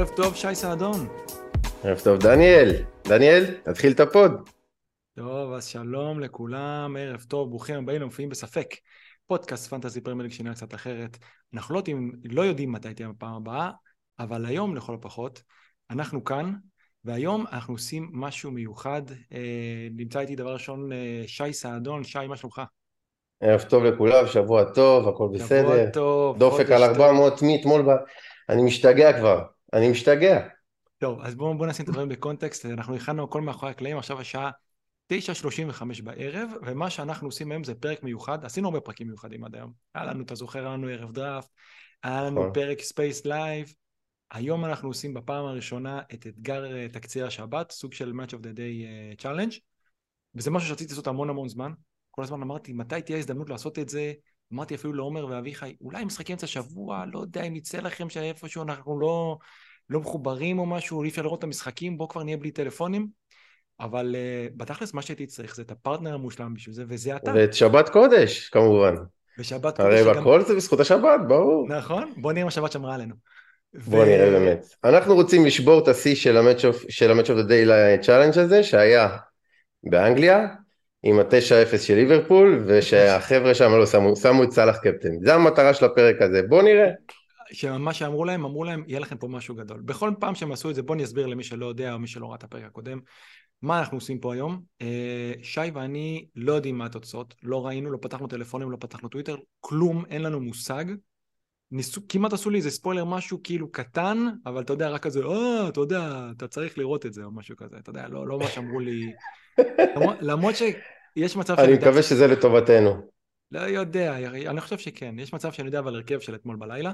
ערב טוב, שי סעדון. ערב טוב, דניאל, תתחיל את הפוד. טוב, אז שלום לכולם, ערב טוב, ברוכים הבאים למופיעים בספק. פודקאסט פנטזי פרמייר ליג שינה קצת אחרת. אנחנו לא יודעים מתי תהיה בפעם הבאה, אבל היום לכל הפחות, אנחנו כאן, והיום אנחנו עושים משהו מיוחד. נמצא איתי דבר ראשון שי סעדון. שי, מה שלומך? ערב טוב לכולם, שבוע טוב, הכל שבוע בסדר. טוב, דופק על חודש טוב. 400 מאתמול, אני משתגע כבר, אני משתגע. טוב, אז בואו נשים את הדברים בקונטקסט. אנחנו הכנו הכל מאחורי הקלעים, עכשיו השעה 9:35 בערב, ומה שאנחנו עושים היום זה פרק מיוחד. עשינו הרבה פרקים מיוחדים עד היום. היה לנו, אתה זוכר, היה לנו ערב דראפט, היה לנו נכון. פרק ספייס לייב. היום אנחנו עושים בפעם הראשונה את אתגר תקציר השבת, סוג של Match of the Day Challenge, וזה משהו שרציתי לעשות המון המון זמן. כל הזמן אמרתי, מתי תהיה הזדמנות לעשות את זה? אמרתי אפילו לעומר ואביחי, אולי משחקים אמצע שבוע, לא יודע אם יצא לכם שאיפשהו אנחנו לא מחוברים או משהו, אי אפשר לראות את המשחקים, בוא כבר נהיה בלי טלפונים. אבל בתכלס מה שהייתי צריך זה את הפרטנר המושלם בשביל זה, וזה אתה. ואת שבת קודש, כמובן. ושבת קודש הרי שגם... הכל זה בזכות השבת, ברור. נכון? בוא נראה מה שבת שמרה עלינו. בוא נראה באמת. אנחנו רוצים לשבור את השיא של ה-Match of the Day Challenge הזה, שהיה באנגליה, עם ה-9-0 של ליברפול, ושהחבר'ה שם לא שמו את סלאח קפטן. זה המטרה של הפרק הזה, בוא נראה. שמה שאמרו להם, אמרו להם, יהיה לכם פה משהו גדול. בכל פעם שהם עשו את זה, בוא נסביר למי שלא יודע, או מי שלא ראה את הפרק הקודם, מה אנחנו עושים פה היום. שי ואני לא יודעים מה התוצאות, לא ראינו, לא פתחנו טלפונים, לא פתחנו טוויטר, כלום, אין לנו מושג. כמעט עשו לי איזה ספוילר, משהו כאילו קטן, אבל אתה יודע, רק כזה, אתה יודע, אתה צריך לראות את זה, או משהו כזה, אתה יודע, לא מה שאמרו לי, למרות שיש מצב שאני אני יודע, מקווה שזה לטובתנו. לא יודע, אני חושב שכן, יש מצב שאני יודע אבל הרכב של אתמול בלילה.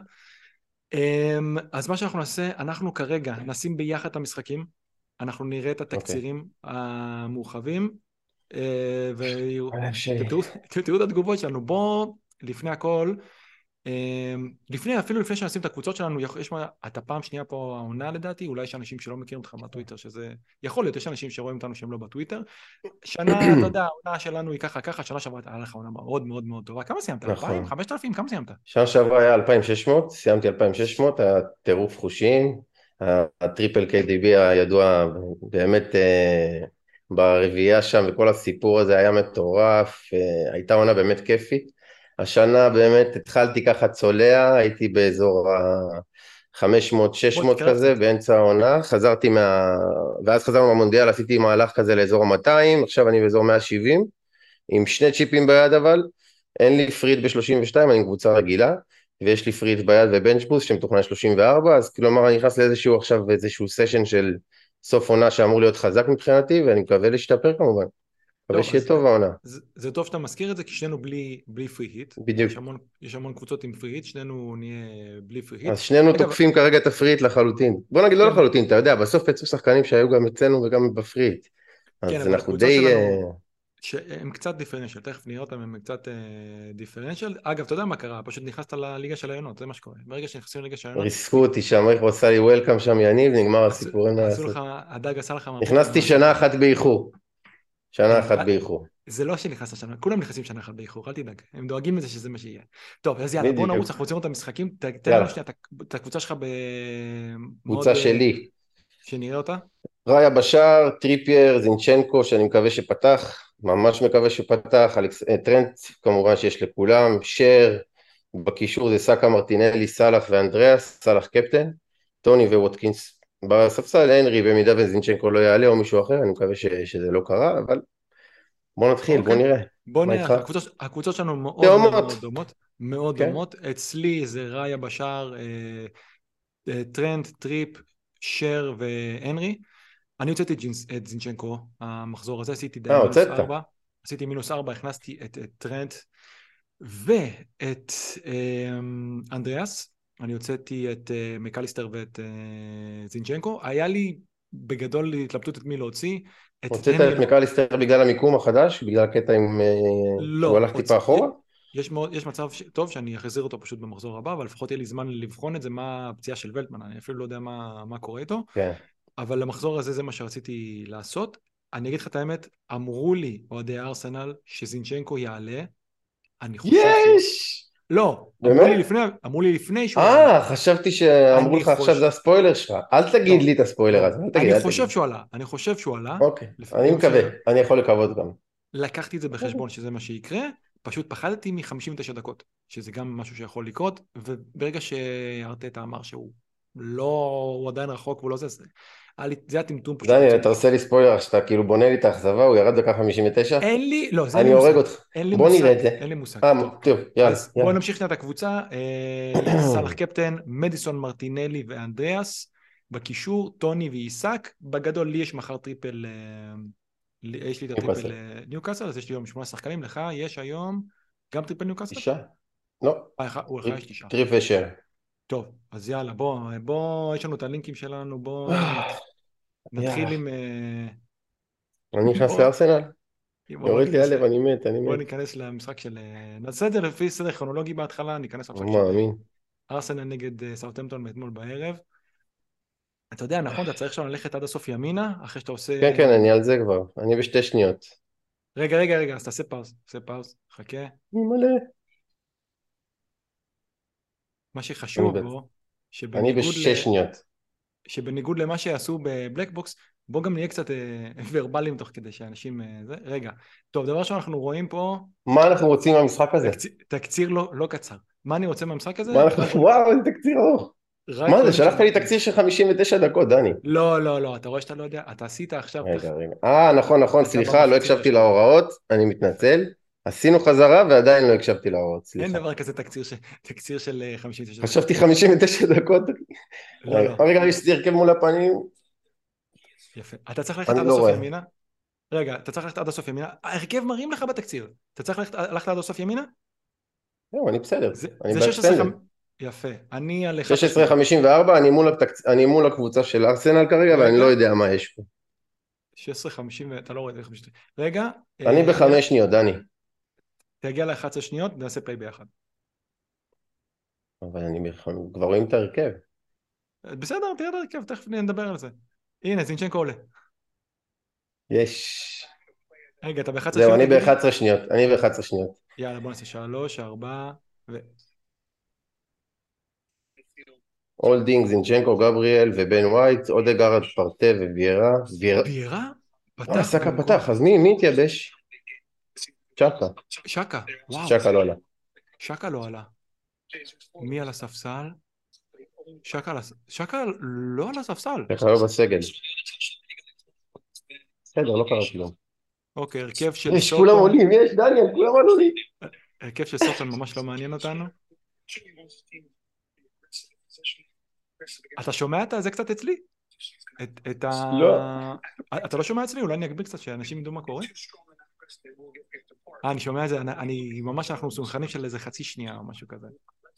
אז מה שאנחנו נעשה, אנחנו כרגע נשים ביחד את המשחקים, אנחנו נראה את אוקיי. התקצירים המורחבים, שלי. ותראו את התגובות שלנו. בואו, לפני הכל, אפילו לפני שנשים את הקבוצות שלנו, אתה פעם שנייה פה העונה לדעתי, אולי יש אנשים שלא מכירים אותך מהטוויטר, שזה יכול להיות, יש אנשים שרואים אותנו שהם לא בטוויטר. שנה, אתה יודע, העונה שלנו היא ככה, שנה שעברה היה לך עונה מאוד מאוד מאוד טובה. כמה סיימת? 2,000? נכון. 5,000? כמה סיימת? שנה שעברה היה 2,600, סיימתי 2,600, היה טירוף חושים, הטריפל KDB הידוע באמת ברביעייה שם, וכל הסיפור הזה היה מטורף, הייתה עונה באמת כיפית. השנה באמת התחלתי ככה צולע, הייתי באזור בוא ה-500-600 תקרב כזה קצת. באמצע העונה, ואז חזרנו מהמונדיאל, עשיתי מהלך כזה לאזור ה-200, עכשיו אני באזור 170, עם שני צ'יפים ביד אבל, אין לי פריט ב-32, אני עם קבוצה רגילה, ויש לי פריט ביד ובנץ' בוסט שמתוכנן 34, אז כלומר אני נכנס איזשהו סשן של סוף עונה שאמור להיות חזק מבחינתי, ואני מקווה להשתפר כמובן, מקווה טוב, שיהיה אז טוב העונה. זה טוב שאתה מזכיר את זה, כי שנינו בלי פרי היט. בדיוק. יש המון קבוצות עם פרי היט, שנינו נהיה בלי פרי היט. אז שנינו אגב, תוקפים כרגע את הפריט לחלוטין. בוא נגיד לא כן, לחלוטין, אתה יודע, בסוף יצאו שחקנים שהיו גם אצלנו וגם בפריט. כן, אז אבל אנחנו הקבוצות די שלנו, שהם קצת דיפרנציאל, תכף נראה אותם, הם קצת דיפרנציאל. אגב, אתה יודע מה קרה? פשוט נכנסת לליגה של העליונות, זה מה שקורה. ברגע שנכנסים לליגה של העליונות, ריסקו אותי שם, איך הוא עשה לי וולקאם שם יניב, נגמר הסיפורים עשו לעשות. לך, הדג עשה לך מהפוטר נכנסתי מהשוק. שנה אחת באיחור. שנה כן, אחת באיחור. זה לא שנכנסת שנה, כולם נכנסים שנה אחת באיחור, אל תדאג, הם דואגים לזה שזה מה שיהיה. טוב, אז יאללה, בוא נרוץ, בדיוק. אנחנו רוצים את המשחקים, תן לנו יאללה, שנייה את הקבוצה שלך מאוד, קבוצה שלי. שנראה אותה. ראיה בשער, טריפייר, זינצ'נקו, שאני מקווה שפתח, ממש מקווה שפתח, טרנט כמובן שיש לכולם, שר, בקישור זה סאקה מרטינלי, סאלח ואנדריאס, סאלח קפטן, טוני וווטקינס, בספסל הנרי במידה וזינצ'נקו לא יעלה או מישהו אחר, אני מקווה שזה לא קרה, אבל בוא נתחיל, בוא אוקיי, נראה, בוא מה נראה, איתך? הקבוצות שלנו מאוד מאוד תאומות, מאוד דומות, מאוד כן? דומות, אצלי זה ראיה בשער, טרנט, טריפ, שר והנרי. אני הוצאתי את זינצ'נקו, המחזור הזה, עשיתי די מינוס הוצאת? 4, עשיתי מינוס 4, הכנסתי את טרנט ואת אנדריאס, אני הוצאתי את מקליסטר ואת זינצ'נקו, היה לי בגדול התלבטות את מי להוציא, את הוצאת הנרי, את מקליסטר בגלל המיקום החדש, בגלל הקטע שהוא לא, הלך טיפה אחורה? יש מצב טוב שאני אחזיר אותו פשוט במחזור הבא, אבל לפחות יהיה לי זמן לבחון את זה, מה הפציעה של ולטמן, אני אפילו לא יודע מה קורה איתו, כן. אבל למחזור הזה זה מה שרציתי לעשות. אני אגיד לך את האמת, אמרו לי אוהדי ארסנל שזינצ'נקו יעלה, אני חושב שהוא... יש! לא, באמת? אמרו לי לפני שהוא עלה. חשבתי שאמרו אני לך עכשיו זה חושב, הספוילר שלך. אל תגיד לי לא, את הספוילר לא, הזה, אל תגיד, אל תגיד. אני חושב שהוא עלה, אוקיי, אני ביום מקווה, אני יכול לקוות גם. שלקחתי את זה בחשבון שזה מה שיקרה, פשוט פחדתי מ-59 דקות, שזה גם משהו שיכול לקרות, וברגע שארטטה אמר שהוא לא, הוא עדיין רחוק והוא לא זה זה הטמטום פשוט דניאל, יוצא אתה משם. עושה לי ספוילר שאתה כאילו בונה לי את האכזבה, הוא ירד דקה 59? אין לי, לא, זה אין לי אני הורג מושג, אותך. אין לי בוא נראה מושג, את זה. אין לי מושג, אה, טוב. טוב, יאללה, אז בואו יאללה. נמשיך שנייה את הקבוצה, סאלח קפטן, מדיסון מרטינלי ואנדריאס, בקישור, טוני ואיסק, בגדול לי יש מחר טריפל, יש לי את הטריפל ניוקאסל. ניוקאסל, אז יש לי היום 8 שחקנים, לך יש היום גם טריפל ניוקאסל? 9? לא. לך יש 9. טריפ ושם. טוב, אז יאללה, בוא, יש לנו את הלינקים שלנו, נתחיל יאללה. עם, אני נכנס בוא, לארסנל. בוא יורד לי ניכנס הלב, אני מת, אני בוא מת. ניכנס למשחק של... נעשה את זה לפי סדר כרונולוגי בהתחלה, ניכנס לא למשחק של מאמין. ארסנל נגד סאות'המפטון מאתמול בערב. אתה יודע, נכון, אתה צריך שם ללכת עד הסוף ימינה, אחרי שאתה עושה... כן, כן, אני על זה כבר. אני בשתי שניות. רגע, אז תעשה פאוז, חכה. אני מלא. מה שחשוב בו, אני בשש שניות. שבניגוד למה שעשו בבלקבוקס, בוא גם נהיה קצת ורבליים תוך כדי שאנשים... רגע, טוב, דבר שאנחנו רואים פה... מה אנחנו רוצים מהמשחק הזה? תקציר לא קצר. מה אני רוצה מהמשחק הזה? וואו, איזה תקציר ארוך. מה זה, שלחת לי תקציר של 59 דקות, דני. לא, אתה רואה שאתה לא יודע, אתה עשית עכשיו... רגע. נכון, דקה סליחה, לא במחצית הקשבתי השנייה. להוראות, אני מתנצל. עשינו חזרה ועדיין לא הקשבתי להוראות, אין סליחה. דבר כזה תקציר של 59 דקות. חשבתי 59 דקות. לא. רגע, יש לי הרכב מול הפנים. יפה. אתה צריך ללכת אני עד לא הסוף רואה. ימינה? רגע, אתה צריך ללכת עד הסוף ימינה? ההרכב מראים לך בתקציר. אתה צריך ללכת עד הסוף ימינה? לא, אני בסדר. אני זה 16... באקסטנדד. יפה. אני על 16:54, אני מול הקבוצה של ארסנל כרגע, ואני לא יודע מה יש פה. 16:50, אתה לא רואה את זה. רגע. אני ב5 שניות, דני. תגיע ל-11 שניות, נעשה פליי ביחד. אבל כבר רואים את ההרכב. בסדר, תראה את ההרכב, תכף נדבר על זה. הנה, זינצ'נקו עולה. יש. רגע, אתה ב-11 שניות? זהו, אני ב-11 שניות. יאללה, בוא נעשה 3, 4, הולדינג, זינצ'נקו, גבריאל ובן ווייט, אודגרד, פרטה וויירה. ויירה? פתח סאקה במקום... פתח, אז מי התייבש? צ'קה. שקה, וואו. צ'קה לא עלה. שקה לא עלה. מי על הספסל? שקה לא על הספסל. איך לא בסגל. בסדר, לא קרה כלום. אוקיי, הרכב של יש, כולם עולים, יש, דניאל, כולם עולים. הרכב של סוטון ממש לא מעניין אותנו. אתה שומע את זה קצת אצלי? לא. אתה לא שומע אצלי? אולי אני אגביל קצת שאנשים ידעו מה קורה? אני שומע את זה, אנחנו מסונכנים של איזה חצי שנייה או משהו כזה.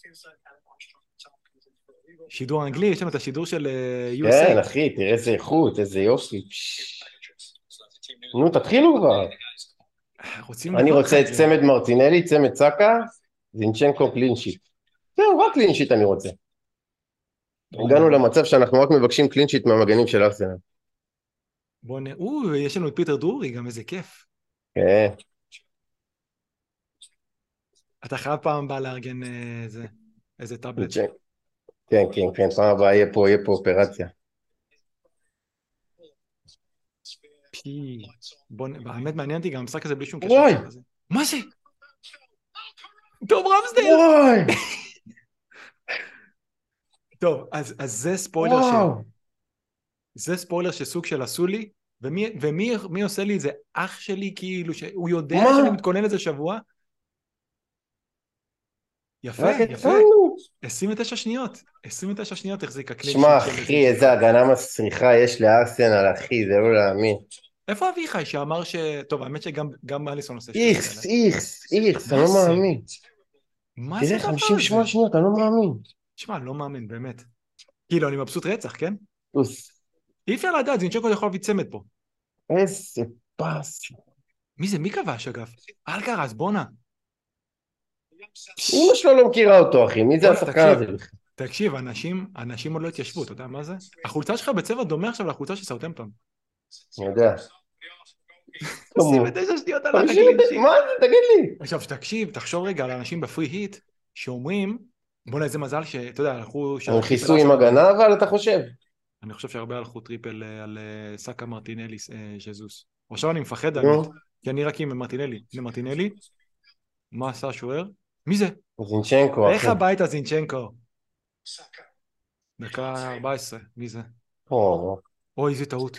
שידור אנגלי, יש לנו את השידור של USA. כן, אחי, תראה איזה איכות, איזה יופי. נו, תתחילו כבר. אני רוצה את צמד מרטינלי, צמד סאקה, זינצ'נקו קלינשיט. זהו, רק קלינשיט אני רוצה. הגענו למצב שאנחנו רק מבקשים קלינשיט מהמגנים של ארסנל. בוא נראה, יש לנו את פיטר דרורי, גם איזה כיף. כן. אתה חייב פעם הבאה לארגן איזה טאבלט. כן, פעם הבאה יהיה פה אופרציה. באמת מעניין אותי גם המשחק הזה בלי שום קשר. וואי! מה זה? טוב רמסדל! וואי! טוב, אז זה ספוילר זה ספוילר שסוג של עשו לי, ומי עושה לי את זה? אח שלי כאילו, שהוא יודע שאני מתכונן לזה שבוע? יפה. 29 שניות החזיק הקלין. שמע אחי, איזה הגנה מסריחה יש לארסנל אחי, זה לא להאמין. איפה אביחי שאמר טוב, האמת שגם אליסון עושה איכס, אני לא מאמין. מה זה תראה, דבר הזה? 58 שניות, אני לא מאמין. תשמע, אני לא מאמין, באמת. כאילו, אני מבסוט רצח, כן? אי אפשר לדעת, זינצ'נקו יכול להביא צמד פה. איזה פס. מי זה? מי כבש אגב? אלקרז, בונה. אמא שלו לא מכירה אותו אחי, מי זה השחקן הזה? תקשיב, אנשים עוד לא התיישבו, אתה יודע מה זה? החולצה שלך בצבע דומה עכשיו לחולצה של סאות'המפטון. אני יודע. 29 שניות על הקלינשיט. מה זה? תגיד לי. עכשיו, תקשיב, תחשוב רגע על אנשים בפרי היט, שאומרים, בוא'נה איזה מזל שאתה יודע, הלכו הם טריפל חיסו עם ארסנל, הגנה, אבל אתה חושב? אני חושב שהרבה הלכו טריפל על סאקה מרטינלי ז'זוס. עכשיו אני מפחד האמת, נו, כי אני רק עם מרטינלי. הנה מרטינלי, מה עשה השוער? מי זה? זינצ'נקו, איך אחי. הביתה זינצ'נקו? דקה 14, מי זה? או, אוי, איזה טעות.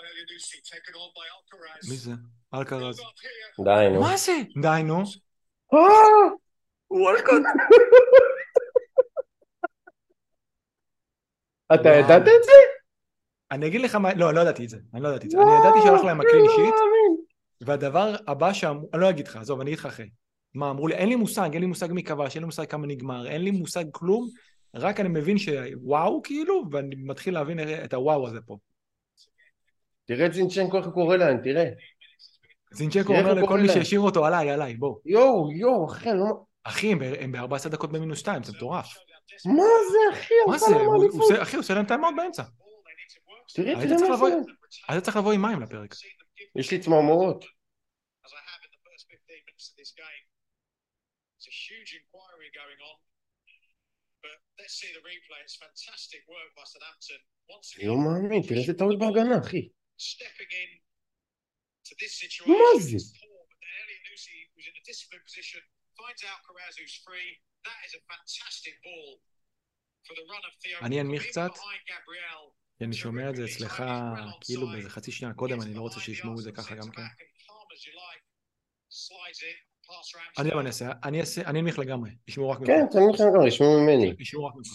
מי זה? אלקרז. די, נו. מה זה? די, נו. אה! וולקוט. אתה ידעת וואו. את זה? אני אגיד לך מה, לא, לא ידעתי את זה. אני לא ידעתי את זה. אני ידעתי שהלך וואו, להם אחי, הקלין לא שיט, מאמין. והדבר הבא שאמרו, אני לא אגיד לך, עזוב, אני אגיד לך אחרי. מה אמרו לי? אין לי מושג מי כבש, אין לי מושג כמה נגמר, אין לי מושג כלום, רק אני מבין שוואו, כאילו, ואני מתחיל להבין את הוואו הזה פה. תראה את זינצ'נקו איך הוא קורא להם, תראה. זינצ'נקו תראה איך אומר הוא לכל קורא מי להם. שהשאיר אותו, עליי, עליי, בוא. יואו, אחי, אני לא... אחי, הם ב-14 דקות במינוס 2, זה מטורף. מה זה, אחי? מה הלכה זה? להם האליפות. אחי, הוא עושה להם טיימאוט באמצע. תראה מה עשה להם. היית צריך לבוא עם מים לפרק. יש לי צמרמורות. אני לא מאמין, תראה איזה טעות בהגנה, אחי. מה זה? אני אנמיך קצת, כי אני שומע את זה אצלך כאילו באיזה חצי שנייה קודם, אני לא רוצה שישמעו את זה ככה גם כן. אני לא אעשה, אני אנמיך לגמרי, ישמעו רק ממך. כן, תן לכם גם, ישמעו ממני. ישמעו רק ממך.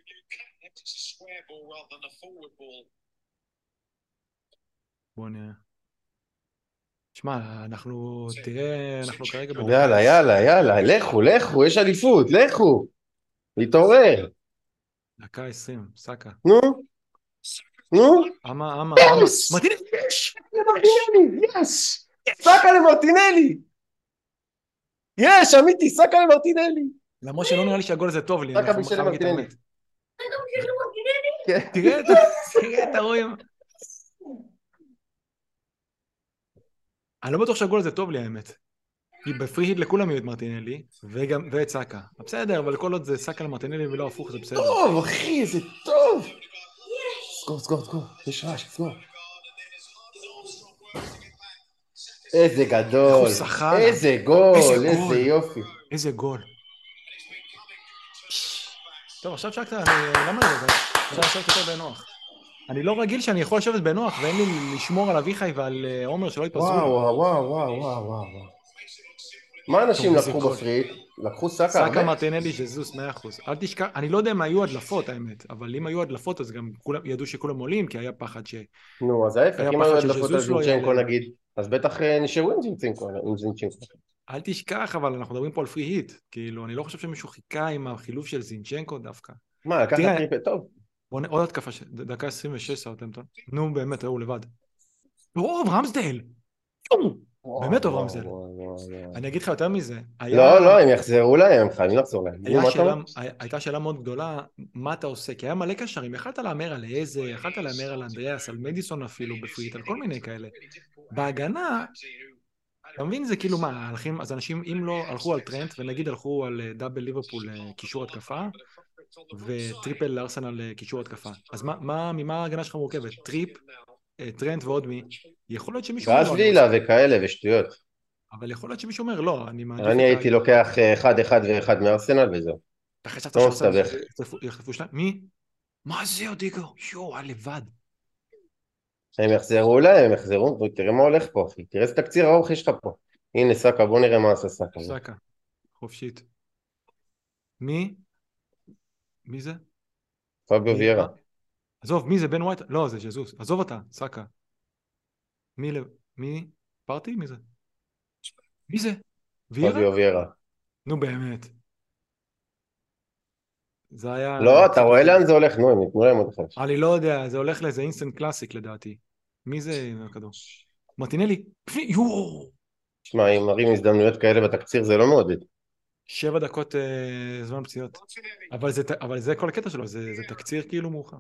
בוא נראה. שמע, תראה, אנחנו כרגע בדקה... יאללה, לכו, יש אליפות, לכו. להתעורר. דקה 20, סאקה. נו. אמה. יס! מרטינלי! למרטינלי, יס! סאקה למרטינלי! יש, אמיתי, סאקה למרטינלי! למרות שלא נראה לי שהגול הזה טוב לי, אני סאקה בישל חייב להגיד את למרטינלי. האמת. כן. תראה את הרואים. אני לא בטוח שהגול הזה טוב לי האמת. כי בפרי היט לכולם יהיו את מרטינלי, ואת סאקה. בסדר, אבל כל עוד זה סאקה למרטינלי ולא הפוך, זה בסדר. טוב, אחי, זה טוב! סגור, יש רעש, סגור. איזה איך הוא גדול, שחה עליו. איזה גול, איזה יופי. איזה גול. טוב, עכשיו שקת, למה לא? עכשיו לשבת יותר בנוח. אני לא רגיל שאני יכול לשבת בנוח, ואין לי לשמור על אביחי ועל עומר שלא יתפזרו לי. וואו. מה אנשים לקחו בפריט? לקחו סאקה סאקה הרבה? מרטינלי ז'זוס 100%. אל תשכח, אני לא יודע אם היו הדלפות האמת, אבל אם היו הדלפות אז גם כולם ידעו שכולם עולים, כי היה פחד נו, אז ההפך, היה אם היו פחד הדלפות על שז'זוס לא זינצ'נקו יעלה. נגיד, אז בטח נשארו עם זינצ'נקו. אל תשכח, אבל אנחנו מדברים פה על פרי היט. כאילו, אני לא חושב שמישהו חיכה עם החילוף של זינצ'נקו דווקא. מה, לקחת תראה, טריפל טוב? עוד התקפה, דקה 26 סאוטהמפטון. נו, באמת, ראו לבד. רוב רמסדייל! באמת טוב רמסדייל. אני אגיד לך יותר מזה. לא, הם יחזרו להם, הם חייבים לחזור להם. הייתה שאלה מאוד גדולה, מה אתה עושה? כי היה מלא קשרים, יכלת להמר על איזה, יכלת להמר על אנדריאס, על מדיסון אפילו בפריט, על כל מיני כאלה. בהגנה, אתה מבין זה כאילו מה, אז אנשים אם לא הלכו על טרנט, ונגיד הלכו על דאבל ליברפול קישור התקפה, וטריפל לארסנל קישור התקפה. אז ממה ההגנה שלך מורכבת? טרנט ועוד מי? יכול להיות שמישהו אומר ואז לא, וילה וכאלה ושטויות. אבל יכול להיות שמישהו אומר לא, אני מעדיף אני הייתי לוקח 1-1 ואחד מארסנל וזהו. אתה חשבת לא שעכשיו מסתבך. יחטפו שניים? מי? מה זה אודיגו? היה לבד. הם יחזרו להם, הם יחזרו, תראה מה הולך פה אחי, תראה איזה תקציר ארוך יש לך פה. הנה סאקה, בוא נראה מה עשה סאקה. סאקה, חופשית. מי? מי זה? פאביו ויירה. עזוב, מי זה? בן ווייט? לא, זה ז'זוס. עזוב אותה, סאקה. מי? פרטי? מי זה? מי זה? ויירה? פאביו ויירה. נו באמת. זה היה... לא, אתה רואה לאן זה הולך, נו, הם יתנו להם עוד אחד. אני לא יודע, זה הולך לאיזה אינסטנט קלאסיק לדעתי. מי זה הכדור? מרטינלי? יואו! תשמע, אם מראים הזדמנויות כאלה בתקציר זה לא מעודד. 7 דקות זמן פציעות. אבל זה כל הקטע שלו, זה תקציר כאילו מאוחר.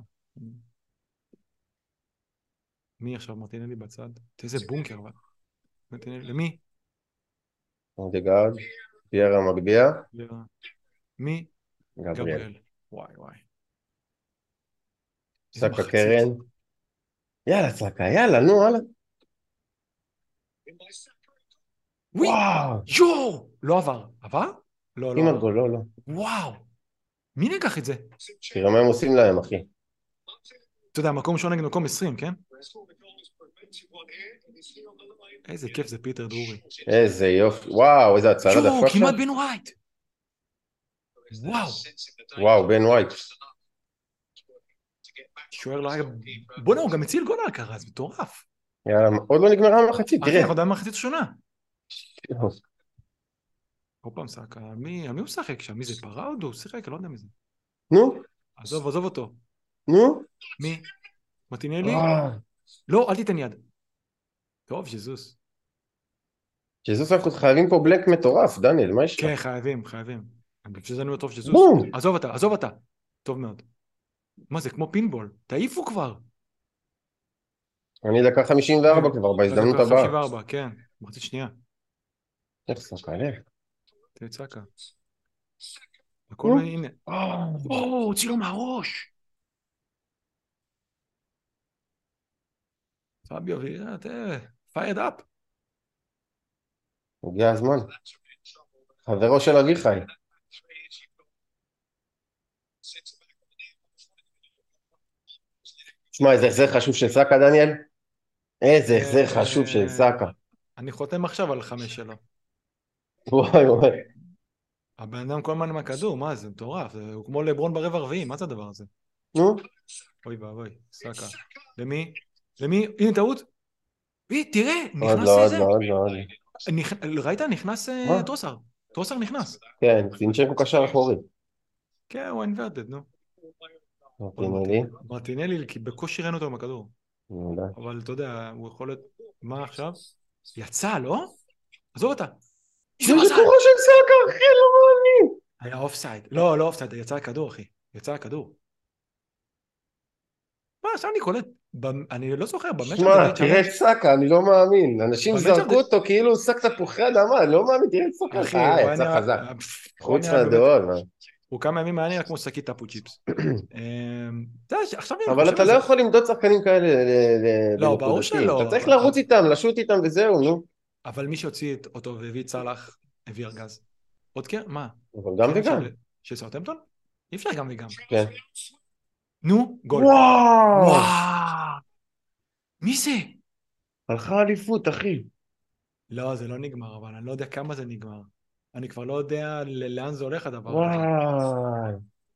מי עכשיו? מרטינלי בצד? איזה בונקר אבל. מרטינלי, למי? אודגרד, ויירה מגביה. מי? גבריאל. גבריאל. וואי. איזה סאקה מחצית. קרן. יאללה, סאקה, יאללה, נו, הלאה. וואי, וואו. לא עבר. עבר? לא כמעט עבר. גול, לא, לא. וואו. מי ניקח את זה? תראה מה הם עושים להם, אחי. אתה יודע, מקום שונה נגד מקום 20, כן? איזה כיף זה פיטר דרורי. איזה יופי. וואו, איזה הצלה דווקא עכשיו. כמעט בן ווייט. וואו. וואו, בן ווייט. שוער לא היה... בוא'נה, הוא גם הציל גול על הקרה, זה מטורף. יאללה, עוד לא נגמרה המחצית, אחי, תראה. אנחנו יודעים מחצית שונה. עוד פעם סאקה, מי הוא משחק שם? מי זה פראוד? הוא שיחק, אני לא יודע מי זה. נו, עזוב אותו. נו. מי? מרטינלי? לא, אל תיתן יד. טוב, ז'זוס. ג'זוס, אנחנו חייבים פה בלק מטורף, דניאל, מה יש לך? כן, חייבים. בשביל זה אני אומר טוב ז'זוס. בום. עזוב אתה. טוב מאוד. מה זה, כמו פינבול. תעיפו כבר. אני דקה 54 כבר, בהזדמנות דקה הבאה. 54, כן. מחצית שנייה. איך סאקה, לך. תהיה צעקה. הכל הנה. הוציא לו מהראש. פביו, fired up. הגיע הזמן. חברו של אביחי. שמע, איזה החזר חשוב של סאקה, דניאל. איזה החזר חשוב של סאקה. אני חותם עכשיו על 5 שלו. וואי. הבן אדם כל הזמן עם הכדור, מה זה מטורף. הוא כמו לברון ברבע הרביעי, מה זה הדבר הזה? נו. אוי ואבוי, סאקה. למי? הנה טעות. תראה, נכנס עוד זה. לא. ראית? נכנס טרוסר. טרוסר נכנס. כן, זינצ'נקו קשר אחורי. כן, הוא אינברטד, נו. מרטינלי. מרטינלי, כי בקושי ראינו אותו עם הכדור. אני יודע. אבל אתה יודע, הוא יכול להיות... מה עכשיו? יצא, לא? עזוב אותה. זה קורה של סאקה, אחי, לא מאמין. היה אופסייד. לא אופסייד, יצא הכדור, אחי. יצא הכדור. מה, עכשיו אני קולט... אני לא זוכר, במצ'אפ שמע, תראה את סאקה, אני לא מאמין. אנשים זרקו אותו כאילו הוא שק תפוחי אדמה, אני לא מאמין, תראה את סאקה. אחי, יצא חזק. חוץ מהדעות. הוא כמה ימים מעניין כמו שקית טאפו צ'יפס. אבל אתה לא יכול למדוד שחקנים כאלה לא, ברור שלא. אתה צריך לרוץ איתם, לשוט איתם וזהו, נו. אבל מי שהוציא אותו והביא את סלאח, הביא ארגז. עוד כן? מה? אבל גם וגם. של סאות'המפטון? אי אפשר גם וגם. כן. נו, גול. וואו! מי זה? הלכה אליפות, אחי. לא, זה לא נגמר, אבל אני לא יודע כמה זה נגמר. אני כבר לא יודע לאן זה הולך הדבר. וואי.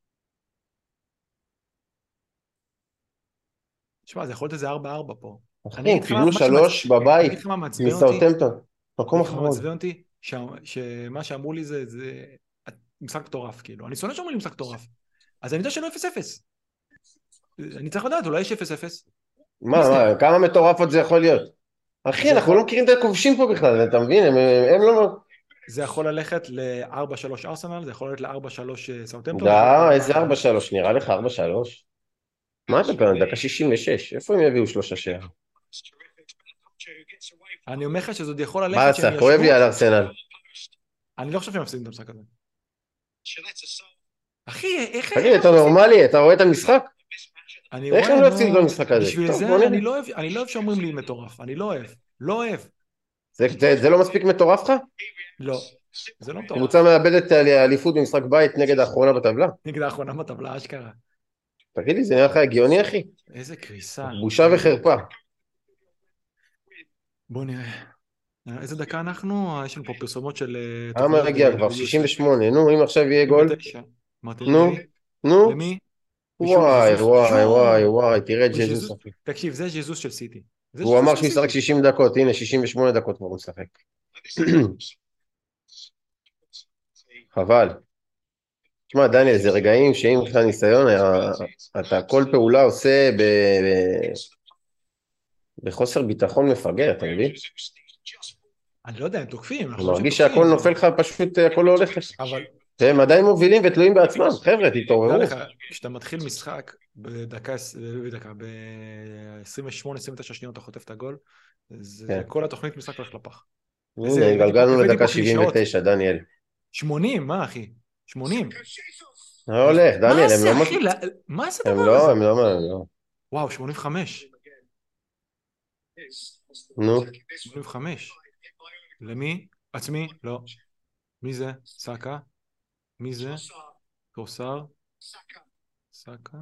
תשמע, זה יכול להיות איזה 4-4 פה. אחי, קיבלו 3 בבית מסאות'המפטון. מקום אחרון. מעצבן אותי שמה שאמרו לי זה משחק מטורף, כאילו. אני שונא שאומרים לי משחק מטורף. אז אני יודע שלא 0-0. אני צריך לדעת, אולי יש 0-0. מה, כמה מטורף עוד זה יכול להיות? אחי, אנחנו לא מכירים את הכובשים פה בכלל, אתה מבין? הם לא... זה יכול ללכת ל-4-3 ארסנל, זה יכול ללכת ל-4-3 סאות'המפטון. איזה 4-3? נראה לך 4-3? מה אתה פעם? דקה 66, איפה הם יביאו 3 שער? אני אומר לך שזה עוד יכול ללכת... באסה, כואב לי על ארסנל. אני לא חושב שהם מפסידים את המשחק הזה. אחי, איך... תגיד, אתה נורמלי? אתה רואה את המשחק? איך הם לא הפסידו במשחק הזה? בשביל זה אני לא אוהב שאומרים לי מטורף. אני לא אוהב. זה לא מספיק מטורף לך? לא, זה לא מטורף. קבוצה מאבדת אליפות במשחק בית נגד האחרונה בטבלה. נגד האחרונה בטבלה, אשכרה. תגיד לי, זה נראה לך הגיוני, אחי? איזה קריסה. בושה וחרפה. בוא נראה. איזה דקה אנחנו? יש לנו פה פרסומות של... מה הגיע כבר? 68. נו, אם עכשיו יהיה גול. נו. למי? וואי, תראה את ג'זוס. תקשיב, זה ג'זוס של סיטי. הוא אמר שהוא ישחק 60 דקות, הנה 68 דקות כבר הוא משחק. חבל. תשמע, דניאל, זה רגעים שאם יש לך ניסיון, אתה כל פעולה עושה בחוסר ביטחון מפגר, אתה מבין? אני לא יודע, הם תוקפים. אני מרגיש שהכל נופל לך, פשוט הכל לא הולך לך. הם עדיין מובילים ותלויים בעצמם, חבר'ה, תתעוררו. כשאתה מתחיל משחק ב-28-29 שניות אתה חוטף את הגול, כל התוכנית משחק הולך לפח. הנה, גלגלנו לדקה 79, דניאל. 80, מה אחי? 80. לא הולך, מה דניאל, הם זה, לא אחי? מה זה הם הדבר לא, הזה? הם לא. וואו, 85. נו, 85. למי? עצמי? לא. מי זה? סאקה? מי זה? טרוסר? סאקה?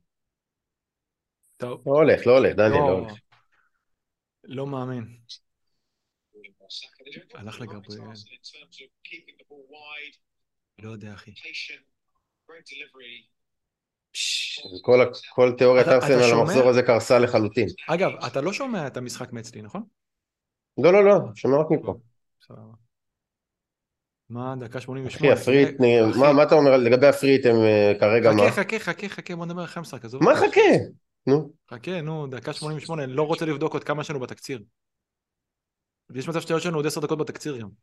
טוב. לא הולך, דניאל, לא לא, הולך. לא מאמין. הלך לגבריאל. לא יודע, אחי. כל תיאוריית אתה ארסנל על שומע? המחזור הזה קרסה לחלוטין. אגב, אתה לא שומע את המשחק מאצלי, נכון? לא, שומע רק מפה. טוב, סבבה. מה, דקה אחי, 88, תראה, הפריט, אחי, מה אתה אומר לגבי הפריט, הם כרגע מה? חכה, בוא נדבר אחרי המשחק, עזוב מה אותי עכשיו. חכה? נו. חכה, נו, דקה 88, אני לא רוצה לבדוק עוד כמה שלנו בתקציר. יש מצב שתהיה לנו עוד 10 דקות בתקציר גם.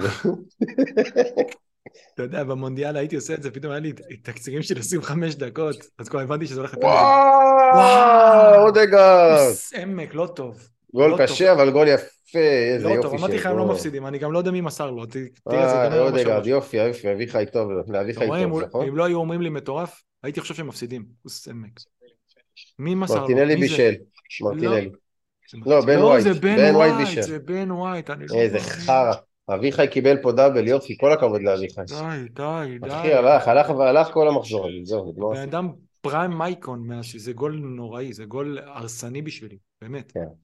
אתה יודע, במונדיאל הייתי עושה את זה, פתאום היה לי תקצירים של 25 דקות, אז כבר הבנתי שזה הולך לפנדלים. וואו, וואו! אודגרד. כוס עמק, לא טוב. גול לא טוב. קשה, אבל גול יפה, איזה לא טוב, יופי אמרתי של לך, הם לא גול. מפסידים, אני גם לא יודע מי מסר לו, תראה, זה ייגמר אודגרד, 4-3. יופי, אביחי טוב, אתה לאביחי רואה, טוב, נכון? אם לא היו אומרים לי מטורף, הייתי חושב שהם מפסידים. כוס עמק. מי מסר לו? מרטינלי מי זה? בישל, לא. מרטינלי. לא, בן לא, ווייט, זה בן בן ווייט ווייט, בישל. זה בן ווייט, אני לא איזה מאמין. חרא. אביחי קיבל פה דאבל, יופי, כל הכבוד לאביחי. אחי, די. הלך כל המחזור הזה, זהו, נגמר הבן הסיפור. אדם פריים מייקון, זה גול נוראי, זה גול הרסני בשבילי, באמת. כן.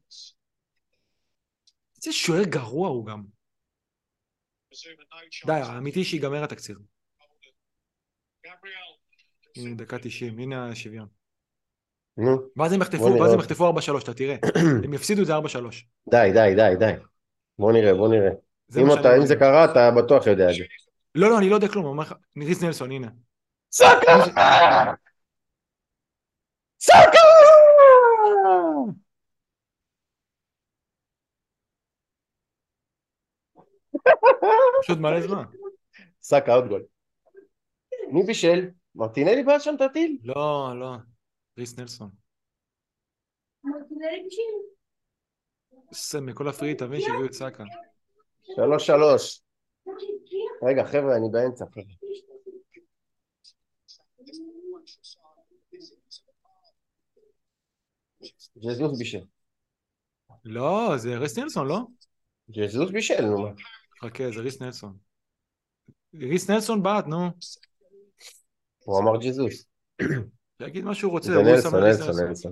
איזה שוער גרוע הוא גם. די, האמיתי שיגמר התקציר. הנה, דקה 90, הנה השוויון. נו, ואז הם בוא נראה אותך. יחטפו 4-3, אתה תראה. הם יפסידו את זה 4-3. די. בוא נראה. זה מה שאני אם זה מאמין. קרה, אתה בטוח יודע את זה. לא, אני לא יודע כלום, אני אומר לך, ריס נלסון, הנה. סאקה! מי זה? סאקה! פשוט מלא זמן. סאקה, עוד גול. מי בישל? מרטינלי בעט שם את הטיל? לא, ריס נלסון. מכל הפריעי תבין שהביאו את סאקה. 3-3. רגע, חבר'ה, אני באמצע. ג'זוס בישל. לא, זה ריס נלסון, לא? ג'זוס בישל, נו מה. חכה, זה ריס נלסון. ריס נלסון בעט, נו. הוא אמר ג'זוס. שיגיד מה שהוא רוצה, זה הוא שם לריס נלסון.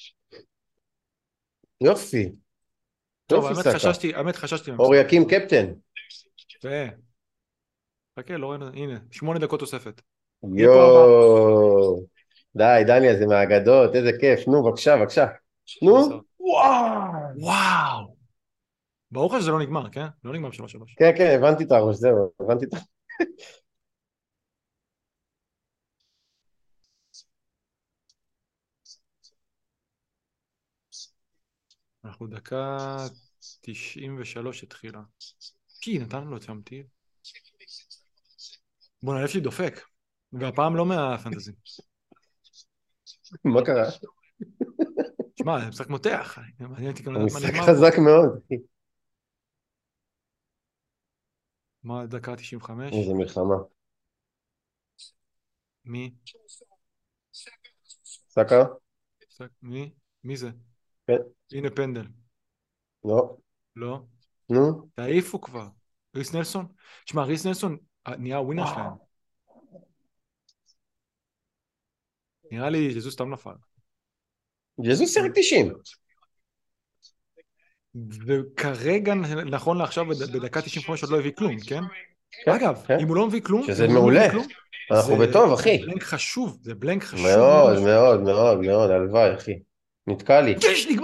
יופי. טוב, יופי סאקה. האמת חששתי. אור יקים קפטן. יפה. חכה, לא ראינו, הנה, 8 דקות תוספת. יואו. די, דניה, זה מהאגדות, איזה כיף. נו, בבקשה. נו. וואו. ברור לך שזה לא נגמר, כן? לא נגמר ב-3-3. כן, הבנתי את הראש, זהו, הבנתי את הראש. אנחנו דקה 93 התחילה. נתנו לו את שם טיל. בוא, הלב שלי דופק. והפעם לא מהפנטזי. מה קרה? תשמע, זה משחק מותח. מעניין אותי גם לדעת מה המשחק נגמר חזק פה. מאוד. מה, דקה 95? איזה מלחמה. מי? סאקה? מי? מי זה? כן. הנה פנדל. לא. לא? נו. תעיפו כבר. ריס נלסון? תשמע, ריס נלסון נהיה הווינר שלהם. נראה לי ג'זוס סתם נפל. ג'זוס שיחק 90. וכרגע, נכון לעכשיו, בדקה 95 עוד לא הביא כלום, כן? כן, אגב, כן. אם הוא לא מביא כלום, שזה מעולה. אנחנו בטוב, אחי. זה בלנק חשוב מאוד, הלוואי, אחי. נתקע לי.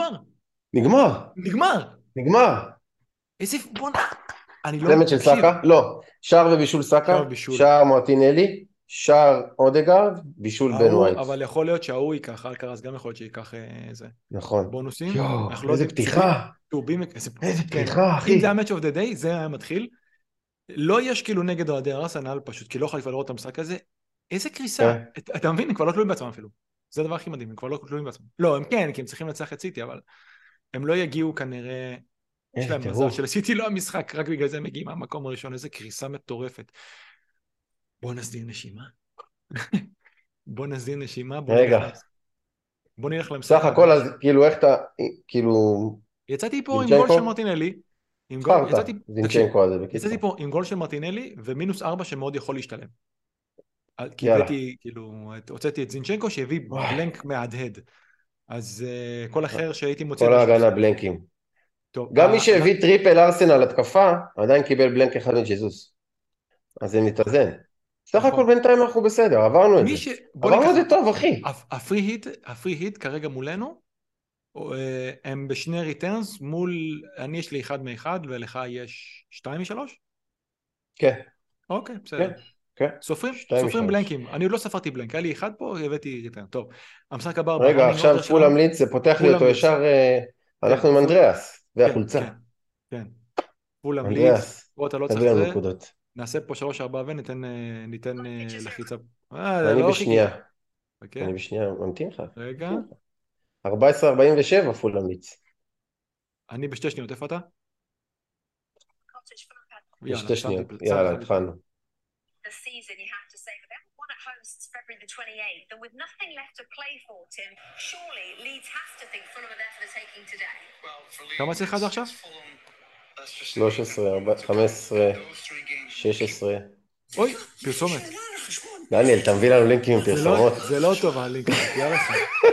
נגמר. איזה בונה. אני לא... צמד של סאקה? לא. שער ובישול סאקה, שער מרטינלי, שער אודגרד, בישול בן ווייט. אבל יכול להיות שההוא ייקח, אלקרז גם יכול להיות שייקח נכון. בונוסים. איזה פתיחה. איזה פתיחה, אחי. אם זה ה-match of the day, זה היה מתחיל. לא יש כאילו נגד אוהדי ארסנל פשוט, כי לא יכול לראות את המשחק הזה. איזה קריסה. אתה מבין, הם כבר לא תלויים בעצמם אפילו. זה הדבר הכי מדהים, הם כבר לא תלויים בעצמם. לא, הם כן, כי הם צריכים לנצח את סיטי, אבל הם לא יגיעו כנראה... יש להם מזל של סיטי לא המשחק, רק בגלל זה הם מגיעים מהמקום הראשון, איזה קריסה מטורפת. בוא נסדיר נשימה. בוא נסדיר נשימה, רגע, בוא נלך למשחק סך הבא. הכל, אז כאילו, איך אתה, כאילו, יצאתי פה עם גול של זינצ'נקו? מרטינלי, חרטה, תקשיב, זינצ'נקו הזה, יצאתי בקיצור. פה עם גול של מרטינלי ומינוס 4 שמאוד יכול להשתלם. כי יאללה. הבאתי, כאילו, הוצאתי את זינצ'נקו שהביא וואי, בלנק מהדהד. אז כל אחר שהייתי מוציא כל אותו ההגנה שהפסיד. בלנקים. טוב, גם מי שהביא טריפל ארסנל התקפה, עדיין קיבל בלנק אחד מג'זוס. אז זה מתאזן. סך הכל נכון. בינתיים אנחנו בסדר, עברנו את זה. בוא עברנו את ניקח, זה טוב, אחי. הפרי היט כרגע מולנו, הם בשני ריטרנס מול, אני יש לי אחד מאחד ולך יש 2 מ-3? כן, אוקיי, בסדר. כן, כן. שתיים סופרים משלוש. בלנקים, אני עוד לא ספרתי בלנק, היה לי אחד פה, הבאתי ריטרן. טוב, המשחק הבא, רגע, ברנינג אורדר עכשיו שלנו, פולאם לידס, זה פותח לי אותו פולאם לידס, ישר, כן, אנחנו עם אנדריאס, כן, והחולצה. כן, כן, פולאם לידס, אנדריאס, פה אתה לא צריך תביא לנו זה, נקודות. נעשה פה 3-4 וניתן לחיצה, אני לא חיכית, בשנייה. אוקיי, אני בשנייה, ממתין לך. רגע, 14:47 פולאם לידס. אני בשתי שניות, איפה אתה? יאללה, בשתי שמתי, שניות. יאללה, התחלנו. the season you have to say, but they haven't won at home since February the 28th, and with nothing left to play for, Tim, surely Leeds has to think Fulham are there for the taking today. כמה אצלך זה עכשיו? 13, 15, 16. אוי, פרסומת. דניאל, אתה מביא לנו לינקים עם פרסומות. זה לא טוב הלינק הזה, תהיה לך.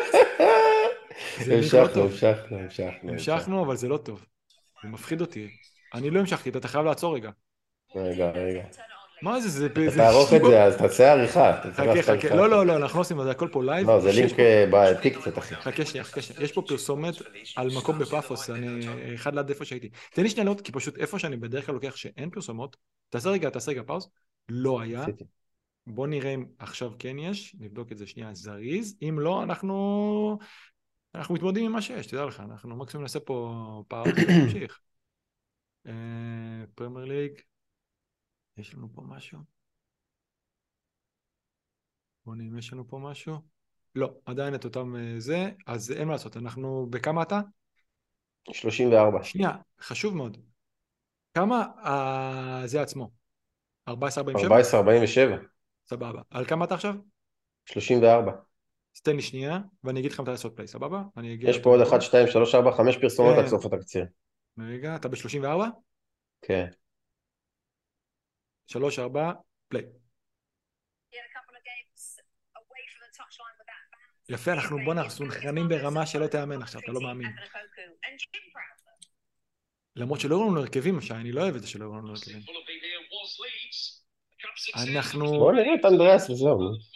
זה לינק לא טוב. המשכנו, אבל זה לא טוב. זה מפחיד אותי. אני לא המשכתי, אתה חייב לעצור רגע. רגע. מה זה? אתה תערוך את זה, אז תעשה עריכה. חכה, לא, אנחנו לא עושים את זה, הכל פה לייב. לא, זה לינק בעתיק קצת, אחי. חכה שנייה. יש פה פרסומת על מקום בפאפוס, אני אחד ליד איפה שהייתי. תן לי שנייה לראות, כי פשוט איפה שאני בדרך כלל לוקח שאין פרסומות, תעשה רגע פאוז, לא היה. בוא נראה אם עכשיו כן יש, נבדוק את זה שנייה זריז, אם לא, אנחנו מתמודדים עם מה שיש, תדע לך, אנחנו מקסימום נעשה פה פאוז ונמשיך. פרמייר ליג, יש לנו פה משהו? בוא נראה אם יש לנו פה משהו. לא, עדיין את אותם זה, אז אין מה לעשות, אנחנו, בכמה אתה? 34. שנייה, חשוב מאוד. כמה זה עצמו? 14:47? 14:47. סבבה. על כמה אתה עכשיו? 34. אז תן לי שנייה, ואני אגיד לך מתי לעשות פליי, סבבה? יש פה עוד 1, 2, 3, 4, 5 פרסומות עד סוף התקציר. רגע, אתה ב-34? כן. 3-4, פליי. יפה, אנחנו סונכרנים ברמה שלא תאמן עכשיו, אתה לא מאמין. למרות שלא ראינו הרכבים, שאני לא אוהב את זה שלא ראינו הרכבים. בוא נראה את אנדריאס וזהו.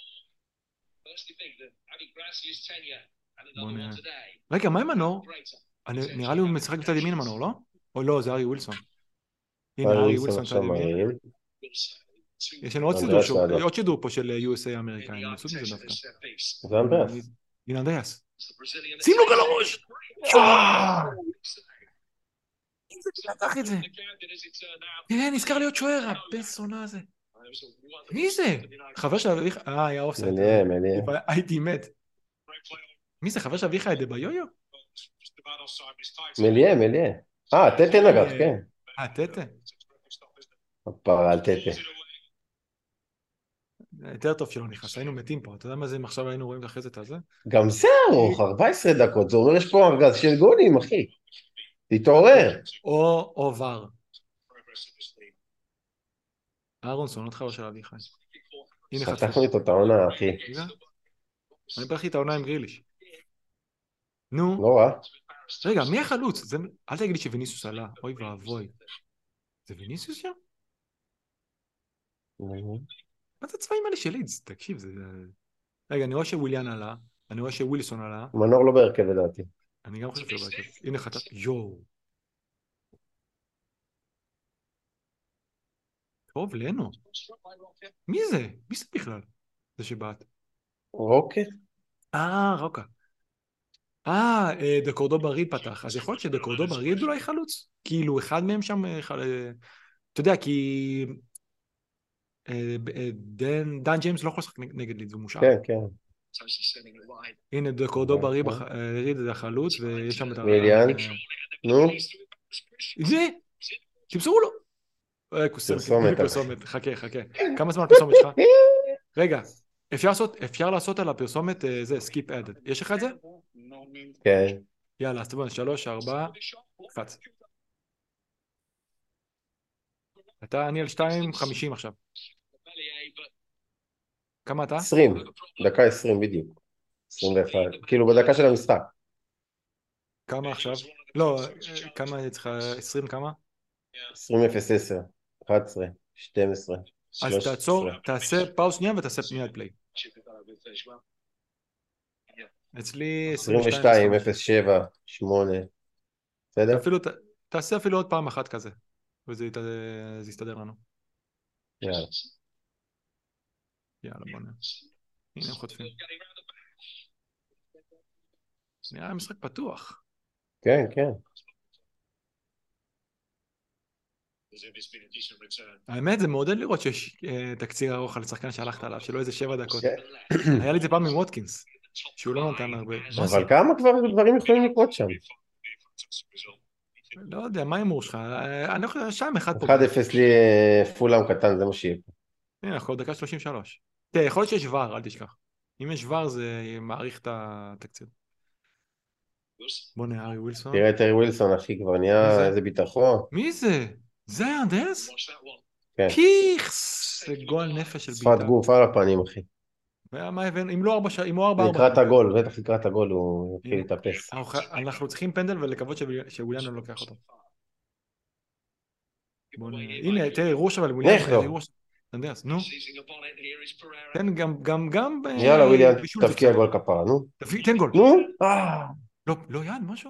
בוא נראה. רגע, מה עם מנור? נראה לי הוא משחק בצד ימין מנור, לא? או לא, זה ארי ווילסון. הנה, ארי ווילסון צד ימין. יש לנו עוד שידור פה של USA האמריקאים, נעשו מזה דווקא. זה אנדריאס. הנה אנדריאס. שים לו על הראש! איזה פתח את זה. נזכר להיות שוער, הפסונה הזה. מי זה? חבר של אביך... היה אופסייד. מליה. הייתי מת. מי זה? חבר של אביך את ביו-יו? מליה. טטה נגח, כן. טטה. הפרה על טטה. יותר טוב שלא נכנס, היינו מתים פה, אתה יודע מה זה אם עכשיו היינו רואים אחרי זה את הזה? גם זה ארוך, 14 דקות, זה אומר יש פה ארגז של גולים, אחי. תתעורר. או ור. אהרונסון, אותך או של אביחי. חתכנו איתו את העונה, אחי. אני פרחתי את העונה עם גריליש. נו. לא רע. רגע, מי החלוץ? אל תגיד לי שוויניסוס עלה, אוי ואבוי. זה ויניסיוס שם? מה זה הצבעים האלה של לידס? תקשיב, זה... רגע, אני רואה שוויליאן עלה, אני רואה שוויליסון עלה. מנור לא בהרכב לדעתי. אני גם חושב שלא בהרכב. הנה חטאת, יואו. טוב, לנו. מי זה? מי זה בכלל? זה שבאת. רוקה? רוקה. דקורדובה ריד פתח, אז יכול להיות שדקורדובה ריד אולי חלוץ? כאילו, אחד מהם שם, אתה יודע, כי דן ג'יימס לא יכול לשחק נגד ליד, הוא מושאר. כן, כן. הנה, דקורדובה ריד זה החלוץ, ויש שם את מיליאן. נו? זה, תמסרו לו. פרסומת. פרסומת, חכה. כמה זמן הפרסומת שלך? רגע, אפשר לעשות על הפרסומת, זה, סקיפ אד. יש לך את זה? כן. יאללה, אז תבוא, 3, 4, קפץ. אני על 2.50 עכשיו. כמה אתה? 20, דקה 20 בדיוק. 21, כאילו בדקה של המשחק. כמה עכשיו? לא, כמה אני צריכה? 20 כמה? 20:10, 11, 12, אז 13. תעצור, תעשה פאוס שנייה ותעשה מיד פליי. אצלי 22, 07, 8. בסדר? תעשה אפילו עוד פעם אחת כזה, וזה יסתדר לנו. יאללה. יאללה, בוא נראה. הנה הם חוטפים. נראה משחק פתוח. כן, כן. האמת, זה מעודד לראות שיש תקציר ארוך על שחקן שהלכת עליו, שלא איזה 7 דקות. היה לי את זה פעם עם ווטקינס, שהוא לא נתן הרבה. אבל כמה כבר דברים יכולים לקרות שם? לא יודע, מה הימור שלך? אני חושב שם אחד פה. 1-0 לי פולאם קטן, זה מה שיהיה. הנה, אנחנו דקה 33. תראה, יכול להיות שיש ור, אל תשכח. אם יש ור, זה מעריך את התקציר. בוא נראה, ארי ווילסון. תראה את ארי ווילסון, אחי, כבר נהיה איזה ביטחון. מי זה? זה היה אנדרס? כן. פיכס! זה גול נפש של ביטה. שפת גוף על הפנים, אחי. מה הבן? אם לא 4-4. לקראת הגול, בטח לקראת הגול הוא התחיל להתאפס. אנחנו צריכים פנדל ולקוות שוויליאן לא לוקח אותו. הנה, תראה, רוש אבל וויליאן. איך לא? אנדרס, נו. תן גם... יאללה וויליאן, תבקיע גול כפרה, נו. תן גול. נו? לא יד, משהו?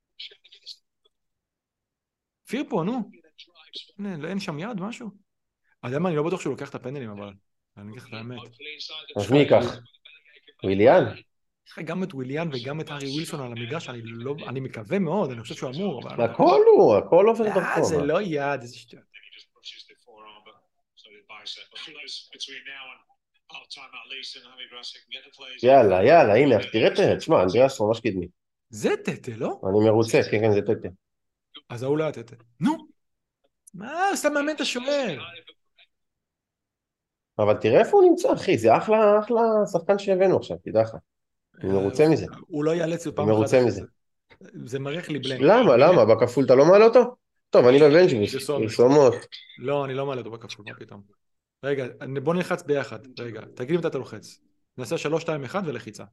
פיר פה, נו. אין שם יד, משהו? אני לא בטוח שהוא לוקח את הפנדלים, אבל אני אקח את האמת. אז מי ייקח? וויליאן? יש לך גם את וויליאן וגם את ארי ווילסון על המגרש, אני מקווה מאוד, אני חושב שהוא אמור, אבל... הכל עובר דרכו. זה לא יד, איזה שטויות. יאללה, הנה, תראה, תשמע, אנדריאס ממש קדמי. זה טטה, לא? אני מרוצה, כן, זה טטה. אז ההוא לא היה טטה. נו! מה, סתם מאמן את השוער. אבל תראה איפה הוא נמצא, אחי, זה אחלה שחקן שהבאנו עכשיו, תדע לך. אני מרוצה מזה. הוא לא יאלץ פעם אחת. אני מרוצה מזה. זה מריח לי בלנק. למה? בכפול אתה לא מעלה אותו? טוב, אני בבנג'בוס, פרסומות. לא, אני לא מעלה אותו בכפול, מה פתאום. רגע, בוא נלחץ ביחד. רגע, תגיד אם אתה לוחץ. נעשה 3, 2, 1 ולחיצה.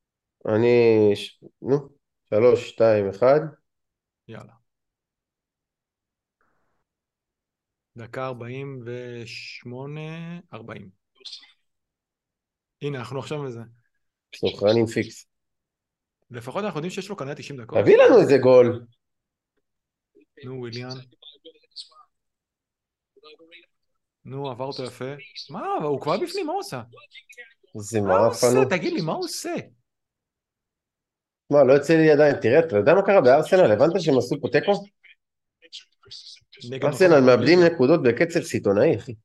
נו, 3, 2, 1. יאללה. דקה 48, 40. הנה, אנחנו עכשיו בזה. סוחרנים פיקס. לפחות אנחנו יודעים שיש לו כנראה 90 דקות. תביא לנו איזה גול. נו, וויליאן. נו, עבר אותו יפה. מה, הוא כבר בפנים, מה הוא עושה? זה מה הוא מעפנו. עושה? תגיד לי, מה הוא עושה? מה, לא יוצא לי עדיין. תראה, אתה יודע מה קרה בארסנל? הבנת שהם עשו פה תיקו? ארסנל מאבדים נקודות בקצב סיטונאי, אחי.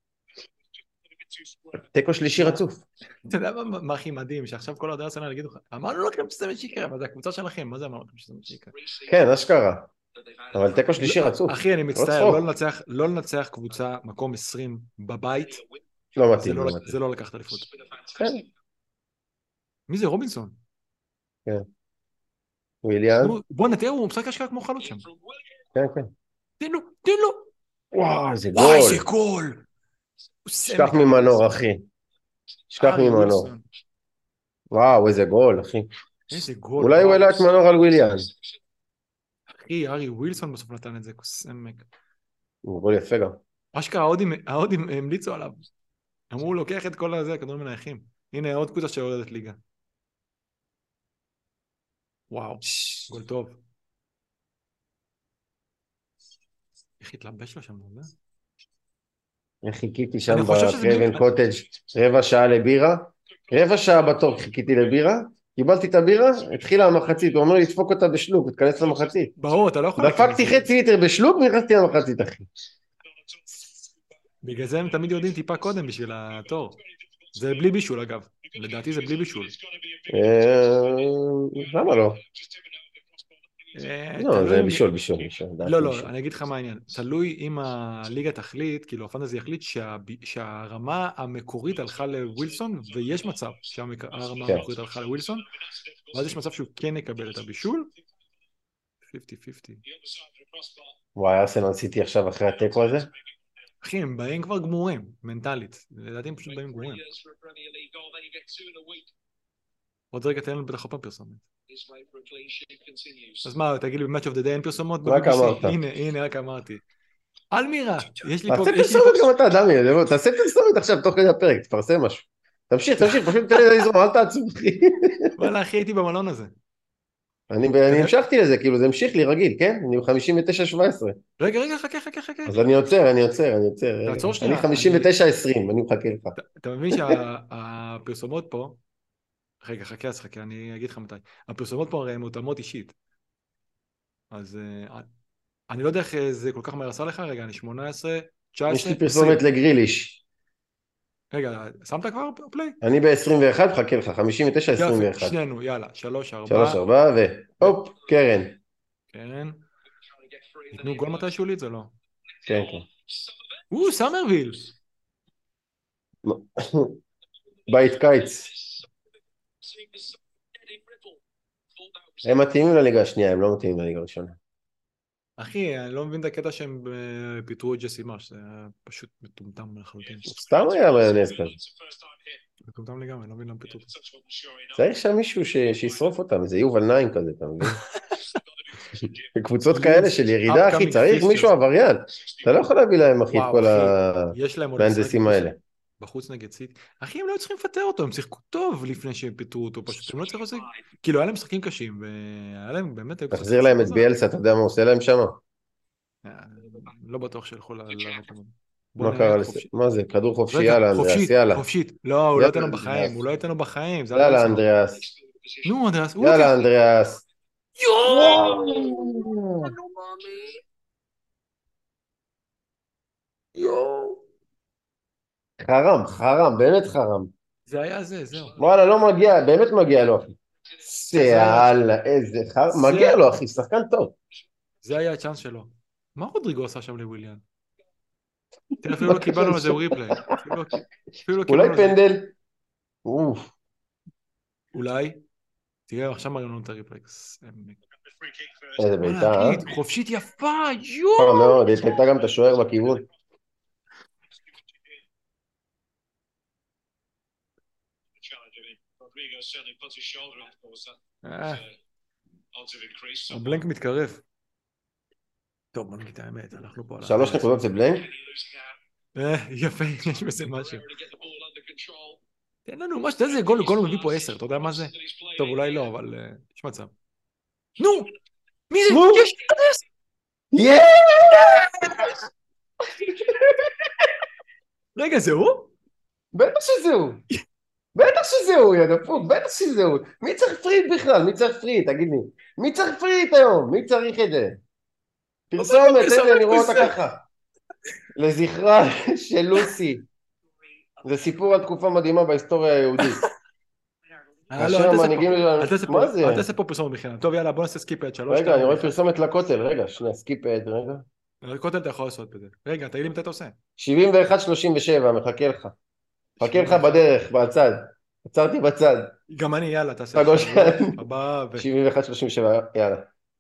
תיקו שלישי רצוף. אתה יודע מה הכי מדהים? שעכשיו כל עוד ארסנל יגידו לך, אמרנו לכם שזה מה שיקרה, אבל זה הקבוצה שלכם, מה זה אמרנו לכם שזה מה שיקרה? כן, אשכרה. אבל תיקו שלישי רצוף. אחי, אני מצטער, לא לנצח קבוצה מקום 20 בבית, לא מתאים. זה לא לקחת אליפות. כן. מי זה, רובינסון? כן. וויליאן? בוא נתראה, הוא משחק השקעה כמו חלוץ שם. כן, כן. תן לו. וואו, איזה גול. וואי, איזה גול. שכח ממנור, אחי. שכח ממנור. וואו, איזה גול, אחי. איזה גול. אולי הוא העלה את מנור על וויליאן. אחי, ארי ווילסון בסוף נתן את זה, קוסמק. הוא גול יפה גם. אשכרה, ההודים המליצו עליו. אמרו, הוא לוקח את כל הזה, הכדורים מנייחים. הנה, עוד קבוצה שיורדת ליגה. וואו, גול טוב. איך התלבש לו שם, לא? איך חיכיתי שם בקרבן קוטג' רבע שעה לבירה, רבע שעה בתור חיכיתי לבירה, קיבלתי את הבירה, התחילה המחצית, הוא אומר לי, תדפוק אותה בשלוק, תכנס למחצית. ברור, אתה לא יכול... דפקתי חצי ליטר בשלוק, ונכנסתי למחצית, אחי. בגלל זה הם תמיד יודעים טיפה קודם בשביל התור. זה בלי בישול, אגב. לדעתי זה בלי בישול. למה לא? לא, תלוי זה אם... בישול, דעתי לא, בישול. אני אגיד לך מה העניין. תלוי אם הליגה תחליט, כאילו הפנטזי יחליט שהרמה המקורית הלכה לווילסון, ויש מצב שהרמה כן. המקורית הלכה לווילסון, ואז יש מצב שהוא כן יקבל את הבישול. 50-50. וואי, ארסנל סיטי עכשיו אחרי התיקו הזה? אחי, הם באים כבר גמורים, מנטלית. לדעתי הם פשוט באים גמורים. עוד רגע תן לנו בטח עוד פעם פרסומת. אז מה, תגיד לי ב-Match of the Day אין פרסומות רק ב-BBC? אמרת. הנה, רק אמרתי. אלמירה, יש לי פה... תעשה פרסומת גם אתה, דמי, תעשה פרסומת עכשיו תוך כדי הפרק, תפרסם משהו. תמשיך, פשוט תן לי לזרום, אל תעצור, אחי. וואלה, אחי, הייתי במלון הזה. אני המשכתי לזה, כאילו זה המשיך לי רגיל, כן? אני ב-59-17. רגע, חכה. אז אני עוצר, רגע. תעצור אני שנייה. 59-20, אני מחכה לך. אתה מבין שהפרסומות פה... רגע, חכה, אז חכה, אני אגיד לך מתי. הפרסומות פה הרי הן מותאמות אישית. אז אני לא יודע איך זה כל כך מהר עשה לך, רגע, אני 18, 19, יש לי פרסומת לגריליש. רגע, שמת כבר פליי? אני ב-21, חכה לך, 59-21. יופי, שנינו, יאללה, 3, 3, 4. 4 והופ, קרן. כן. ניתנו גול מתישהו לי את זה, לא? כן. סאמרוויל. בית קיץ. הם מתאימים לליגה השנייה, הם לא מתאימים לליגה הראשונה. אחי, אני לא מבין את הקטע שהם פיתרו את ג'סי מרש, זה פשוט מטומטם לחלוטין. סתם היה מיונז כזה. מטומטם לגמרי, אני לא מבין למה פיתרו. צריך שם מישהו שישרוף אותם, זה יובל נעים כזה, אתה מבין? קבוצות כאלה של ירידה, אחי, צריך מישהו עבריין. אתה לא יכול להביא להם, אחי, את כל המהנדסים האלה. בחוץ נגד סיטי. אחי, הם לא צריכים לפטר אותו, הם שיחקו טוב לפני שהם פיטרו אותו, פשוט הם לא צריכים לעשות... כאילו, היה להם משחקים קשים, והיה להם באמת... תחזיר להם את ביאלסה, אתה יודע מה הוא עושה להם שם? לא בטוח שילכו למקום. מה קרה? מה זה? כדור חופשי, יאללה, אנדריאס, יאללה. חופשית. לא, הוא לא יתנו בחיים, הוא לא יתנו בחיים. יאללה, אנדריאס. נו, אנדריאס. יאללה, אנדריאס. יואו! יואו! חרם, באמת חרם. זה היה זה, זהו. וואלה, לא מגיע, באמת מגיע לו, אחי. יאללה, איזה חרם. מגיע לו, אחי, שחקן טוב. זה היה הצ'אנס שלו. מה רודריגו עשה שם לוויליאן? תראה, אפילו לא קיבלנו לזה ריפליי. אולי פנדל? אוף. אולי? תראה, עכשיו מראים לנו את הריפליי. איזה ביתה, חופשית יפה, יפה מאוד, יש הייתה גם את השוער בכיוון. הבלנק מתקרב. טוב, בוא נגיד את האמת, אנחנו פה על... 3 נקודות זה בלנק? יפה, יש בזה משהו. תן לנו, מה שאתה יודע, גול הוא מביא פה 10, אתה יודע מה זה? טוב, אולי לא, אבל יש מצב. נו! מי זה? יש! יש! רגע, זה הוא? בטח שזהו, יא דפוק, בטח שזהו. מי צריך פריט בכלל? תגיד לי. מי צריך פריט היום? מי צריך את זה? פרסומת, תן לי, אני רואה אותה ככה. לזכרה של לוסי. זה סיפור על תקופה מדהימה בהיסטוריה היהודית. אל תעשה פה פרסומת בכלל. טוב, יאללה, בוא נעשה סקיפ עד 3. רגע, אני רואה פרסומת לכותל, רגע, שנייה, סקיפ עד, רגע. לכותל אתה יכול לעשות בזה. רגע, תגיד לי מתי אתה עושה. 71-37, מחכה לך. מחכה לך בדרך, בצד. עצרתי בצד. גם אני, יאללה, תעשה. 71-37, יאללה.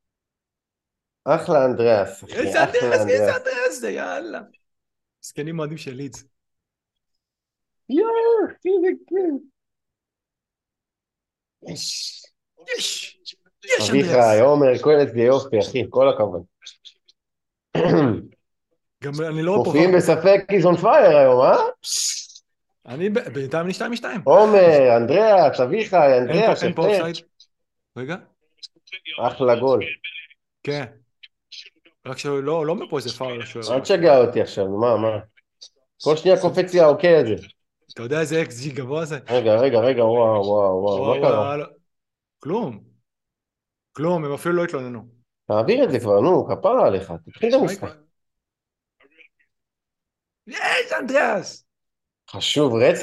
אחלה אנדריאס. איזה אנדריאס זה, יאללה. סקנים מועדים של לידס. איזה כיף. יש אביחי, עומר, כל איזה יופי, אחי, כל הכבוד. גם אני לא... מופיעים בספק איז און פייר היום, אני בינתיים אני 2-2. עומר, אנדריאס, אביחי, אנדריאס, אין פה אופסייד. רגע. אחלה גול. כן. רק שלא מפה איזה פאול לשוער. אל תשגע אותי עכשיו, מה? כל שנייה קופץ לי האוקיי הזה. אתה יודע איזה XG גבוה זה? רגע, וואו, מה קרה? כלום, הם אפילו לא התלוננו. תעביר את זה כבר, נו, כפרה עליך, תתחיל את המשחק. יש, אנדריאס! חשוב, רצח,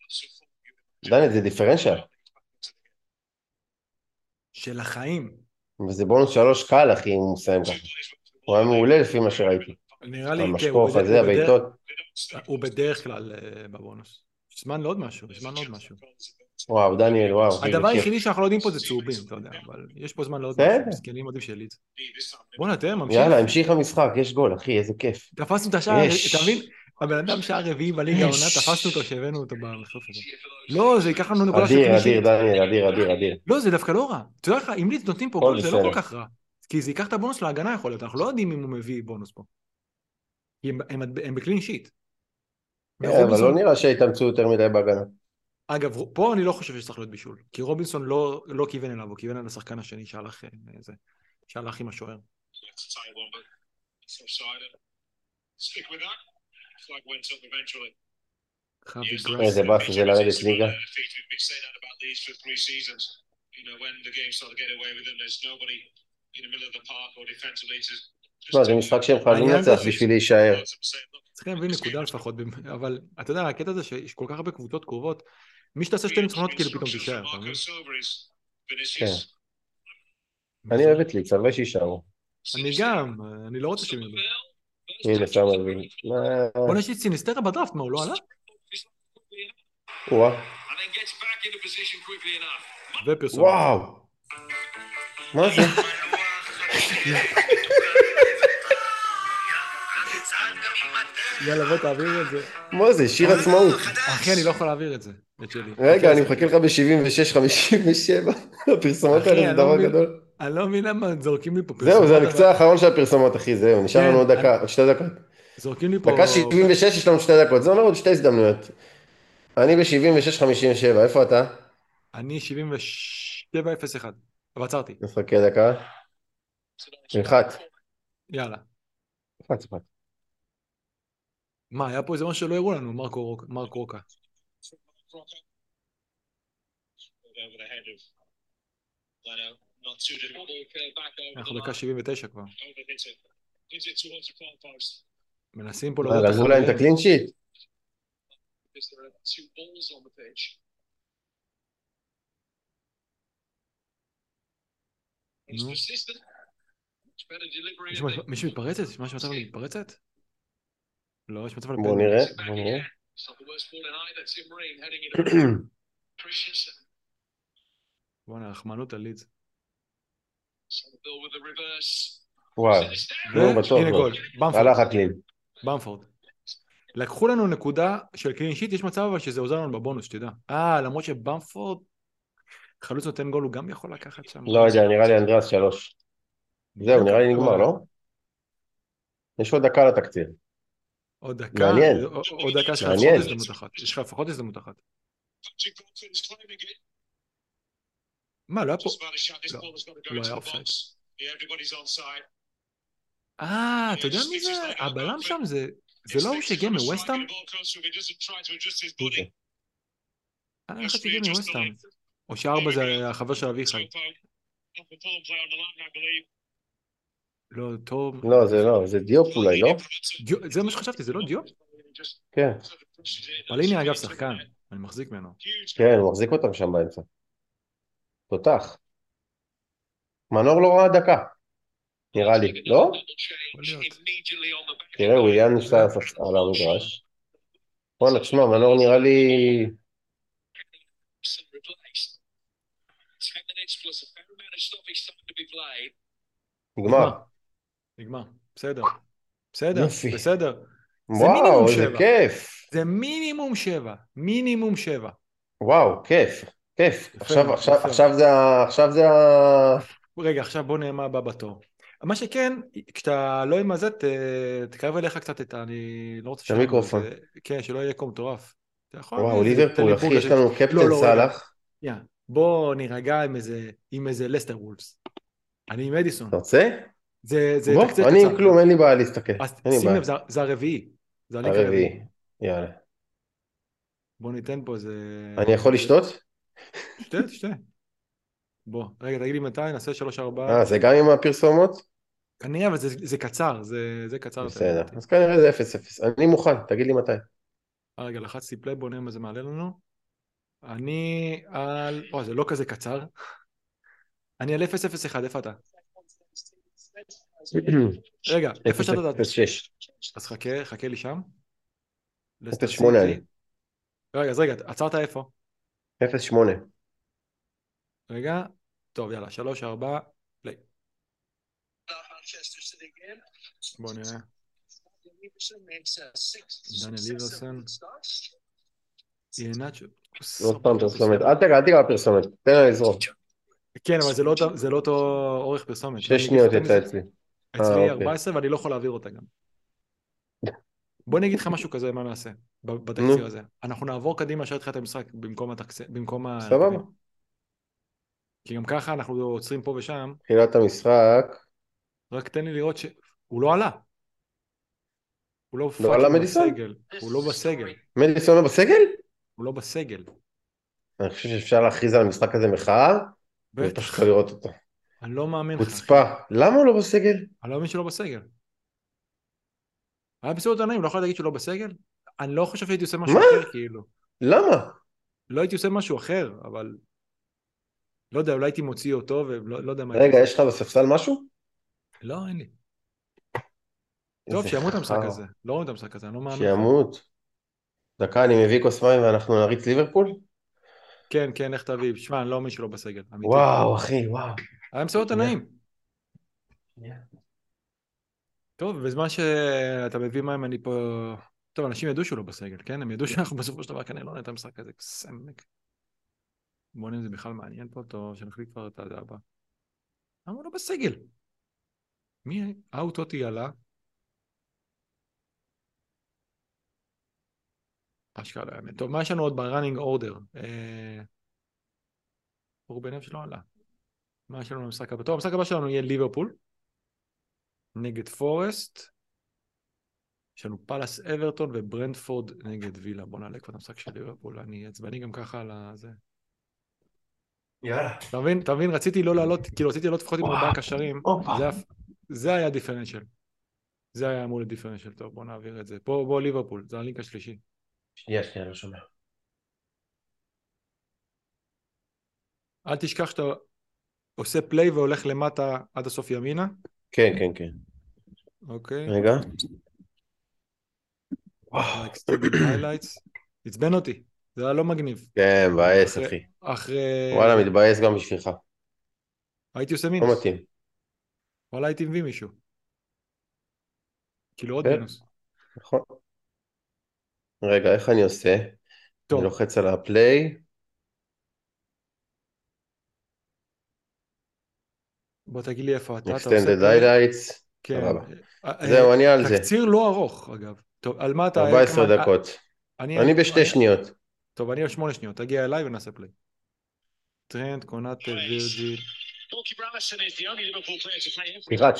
דניאל, זה דיפרנציאל. של החיים. וזה בונוס 3 קל, אחי, אם הוא מסיים ככה. הוא היה מעולה לפי מה שראיתי. נראה לי, כן, המשקוף הזה, הבעיטות. הוא בדרך כלל בבונוס. זמן לעוד משהו, זמן לעוד משהו. וואו, דניאל, וואו, אחי, הדבר זה כיף. היחידי שאנחנו לא יודעים פה זה צהובים, אתה יודע, אבל יש פה זמן לעוד בסדר. משהו, מסכנים יודעים של לידס. בוא נתראה, ממשיך. יאללה, המשיך המשחק, יש גול, אחי, איזה כיף. תפסנו את השער, יש. אתה מבין? הבן אדם שער רביעי בליגה העונה, תפסנו אותו שהבאנו אותו במחלוף הזה. לא, זה ייקח לנו נקודה של אדיר, קלישית. אדיר, דניאל, אדיר, אדיר, אדיר. לא, זה דווקא לא רע. אתה יודע לך, אם לידס נותנים פה הכל גול, זה לא בסדר. כל כך רע. כי זה ייקח את הבונוס להגנה יכול להיות, אנחנו לא יודעים אם הוא מביא בונוס פה. כי הם בקלין שיט. אבל לא נראה שהתאמצו יותר מדי בהגנה. אגב, פה אני לא חושב שצריך להיות בישול, כי רובינסון לא כיוון אליו, הוא כיוון על השחקן השני שהלך עם השוער. חווי גראס. איזה באס זה לרדת ליגה. לא, זה משחק שהם חייבים לנצח בשביל להישאר. צריכים להביא נקודה לפחות, אבל אתה יודע, הקטע הזה שיש כל כך הרבה קבוצות קרובות, מי שתעשה שתי ניצחונות כאילו פתאום תישאר, אתה מבין? כן. אני אוהב את ליץ, הלוואי שישארו. אני גם, אני לא רוצה שהם ירדו. הנה, שם מבין. בוא נשאיר סיניסטרה בדראפט, מה, הוא לא עלה? ופרסום. וואו. מה זה? יאללה, בוא תעביר את זה. מה זה? שיר עצמאות. אחי, אני לא יכול להעביר את זה. רגע, אני מחכה לך ב-76-57. הפרסומות האלה זה דבר גדול. אני לא מבין למה זורקים לי פה פרסומות. זהו, זה המקצוע האחרון של הפרסומות, אחי, זהו. נשאר לנו עוד דקה, עוד 2 דקות. זורקים לי פה... דקה 76 יש לנו 2 דקות. זה אומר עוד 2 הזדמנויות. אני ב-76-57, איפה אתה? אני 77-01. אבל עצרתי. נחכה דקה. אחת. יאללה. אחת. מה, היה פה איזה משהו שלא הראו לנו, מרק רוקה. אנחנו דקה 79 כבר. מנסים פה לראות גנבו להם את הקלין שיט. מישהו מתפרצת? יש משהו מצב מתפרצת? לא, יש מצב לפנדל. בוא נראה. בוא נרחמנות על לידס. וואו, לא בטוח. הנה גול, הלך הקלין. במפורד. לקחו לנו נקודה של קלין שיט, יש מצב אבל שזה עוזר לנו בבונוס, שתדע. למרות שבמפורד, חלוץ נותן גול, הוא גם יכול לקחת שם. לא יודע, נראה לי אנדרס 3. זהו, נראה לי נגמר, לא? יש עוד דקה לתקציר. עוד דקה? מעניין. עוד דקה, יש לך לפחות הזדמנות אחת. יש לך לפחות הזדמנות אחת. מה, לא היה פה? לא היה אופסייד. אתה יודע מי זה? הבלם שם זה לא הוא שהגיע מווסטהאם? אני חושב שהגיע מווסטהאם. או ש4 זה החבר של אביחי. לא, טוב. לא, זה לא, זה דיופ אולי, לא? זה מה שחשבתי, זה לא דיופ? כן. אבל הנה אגב שחקן, אני מחזיק ממנו. כן, הוא מחזיק אותם שם באמצע. תותח. מנור לא ראה דקה. נראה לי, לא? תראה, הוא יהיה נשאר על המגרש. בוא נשמע, מנור נראה לי... נגמר, בסדר, בסדר. וואו, איזה כיף. זה מינימום 7. וואו, כיף. עכשיו זה רגע, עכשיו בוא נראה מה הבא בתור. מה שכן, כשאתה לא עם הזה, תקרב אליך קצת אני לא רוצה... המיקרופון. כן, שלא יהיה כה מטורף. וואו, ליברפול, אחי, יש לנו קפטן סלאח. בוא נירגע עם איזה לסטר וולפס. אני עם אדיסון. אתה רוצה? בוא, אני עם כלום, אין לי בעיה להסתכל. אז שים לב, זה הרביעי. זה הרביעי, יאללה. בוא ניתן פה איזה... אני יכול לשתות? תשתה. בוא, רגע, תגיד לי מתי, נעשה 3-4. זה גם עם הפרסומות? כנראה, אבל זה קצר, זה קצר. בסדר, אז כנראה זה 0-0. אני מוכן, תגיד לי מתי. רגע, לחצתי פליי, בוא נראה מה זה מעלה לנו. אני על... זה לא כזה קצר. אני על 0-0-1, איפה אתה? רגע, איפה שאתה דעת? 0-6. אז חכה לי שם. 0-8 אני. רגע, אז רגע, עצרת איפה? 0-8. רגע, טוב, יאללה, 3-4, פליי. בוא נראה. דניאל ליברסון. ינאצ'ו. עוד פעם פרסומת. אל תיגע פרסומת, תן לה לזרום. כן, אבל זה לא אותו אורך פרסומת. 6 שניות יצא אצלי. אצלי אוקיי. 14 ואני לא יכול להעביר אותה גם. בוא נגיד לך משהו כזה, מה נעשה בתקציר הזה. אנחנו נעבור קדימה שער תחילת המשחק במקום סבבה. כי גם ככה אנחנו עוצרים פה ושם. תחילת המשחק. רק תן לי לראות שהוא לא עלה. הוא לא לא עלה פאקינג מדיסון? בסגל. הוא לא בסגל. מדיסון לא בסגל? הוא לא בסגל. אני חושב שאפשר להכריז על המשחק הזה מחאה, ופשוט לא לראות אותו. אני לא מאמין לך. חוצפה. למה הוא לא בסגל? אני לא מאמין שהוא לא בסגל. היה בסביבות עיניים, לא יכול להגיד שהוא לא בסגל? אני לא חושב שהייתי עושה משהו אחר, כאילו. למה? לא הייתי עושה משהו אחר, אבל... לא יודע, אולי הייתי מוציא אותו, ולא יודע מה... רגע, יש לך בספסל משהו? לא, אין לי. טוב, שימות את המשחק הזה. לא רואים את המשחק הזה, אני לא מאמין לך. שימות. דקה, אני מביא כוס מים ואנחנו נריץ ליברפול? כן, כן, איך תביא? שמע, אני לא מאמין שלא בסגל. וואו, אחי, וואו. היה בסביבות עיניים. טוב, בזמן שאתה מביא מים, אני פה... טוב, אנשים ידעו שהוא לא בסגל, כן? הם ידעו שאנחנו בסופו של דבר כנראה לא נראה את המשחק הזה. סמק. בוא נראה אם זה בכלל מעניין פה, טוב, שנחליט כבר את זה הבא. למה הוא לא בסגל? מי? האוטוטי עלה. אשכרה לא יאמן. טוב, מה יש לנו עוד ב-running order? רובן שלא עלה. מה יש לנו במשחק הבא? טוב, המשחק הבא שלנו יהיה ליברפול. נגד פורסט. יש לנו פלאס אברטון וברנדפורד נגד וילה. בוא נעלה כבר את המשחק של ליברפול. אני עצבני גם ככה על זה. יאללה. אתה מבין? רציתי לא לעלות, כאילו רציתי לעלות לפחות עם 4 קשרים. זה היה דיפרנציאל. זה היה אמור לדיפרנציאל. טוב, בוא נעביר את זה. בוא ליברפול, זה הלינק השלישי. שנייה, לא שומע. אל תשכח שאתה עושה פליי והולך למטה עד הסוף ימינה. כן. אוקיי. רגע. Like stupid highlights. עצבן אותי. זה היה לא מגניב. כן, מבאס, אחי. וואלה, מתבאס גם בשבילך. הייתי עושה מינוס. לא מתאים. וואלה, הייתי מביא מישהו. כאילו עוד מינוס. נכון. רגע, איך אני עושה? טוב. אני לוחץ על הפליי. בוא תגיד לי איפה אתה עושה Extended highlights. כן. זהו, אני על זה. תקציר לא ארוך, אגב. טוב, על מה אתה... 14 דקות. אני ב2 שניות. טוב, אני על 8 שניות. תגיע אליי ונעשה פליי. טרנד, קונאטה, וירג'יל. תיחץ.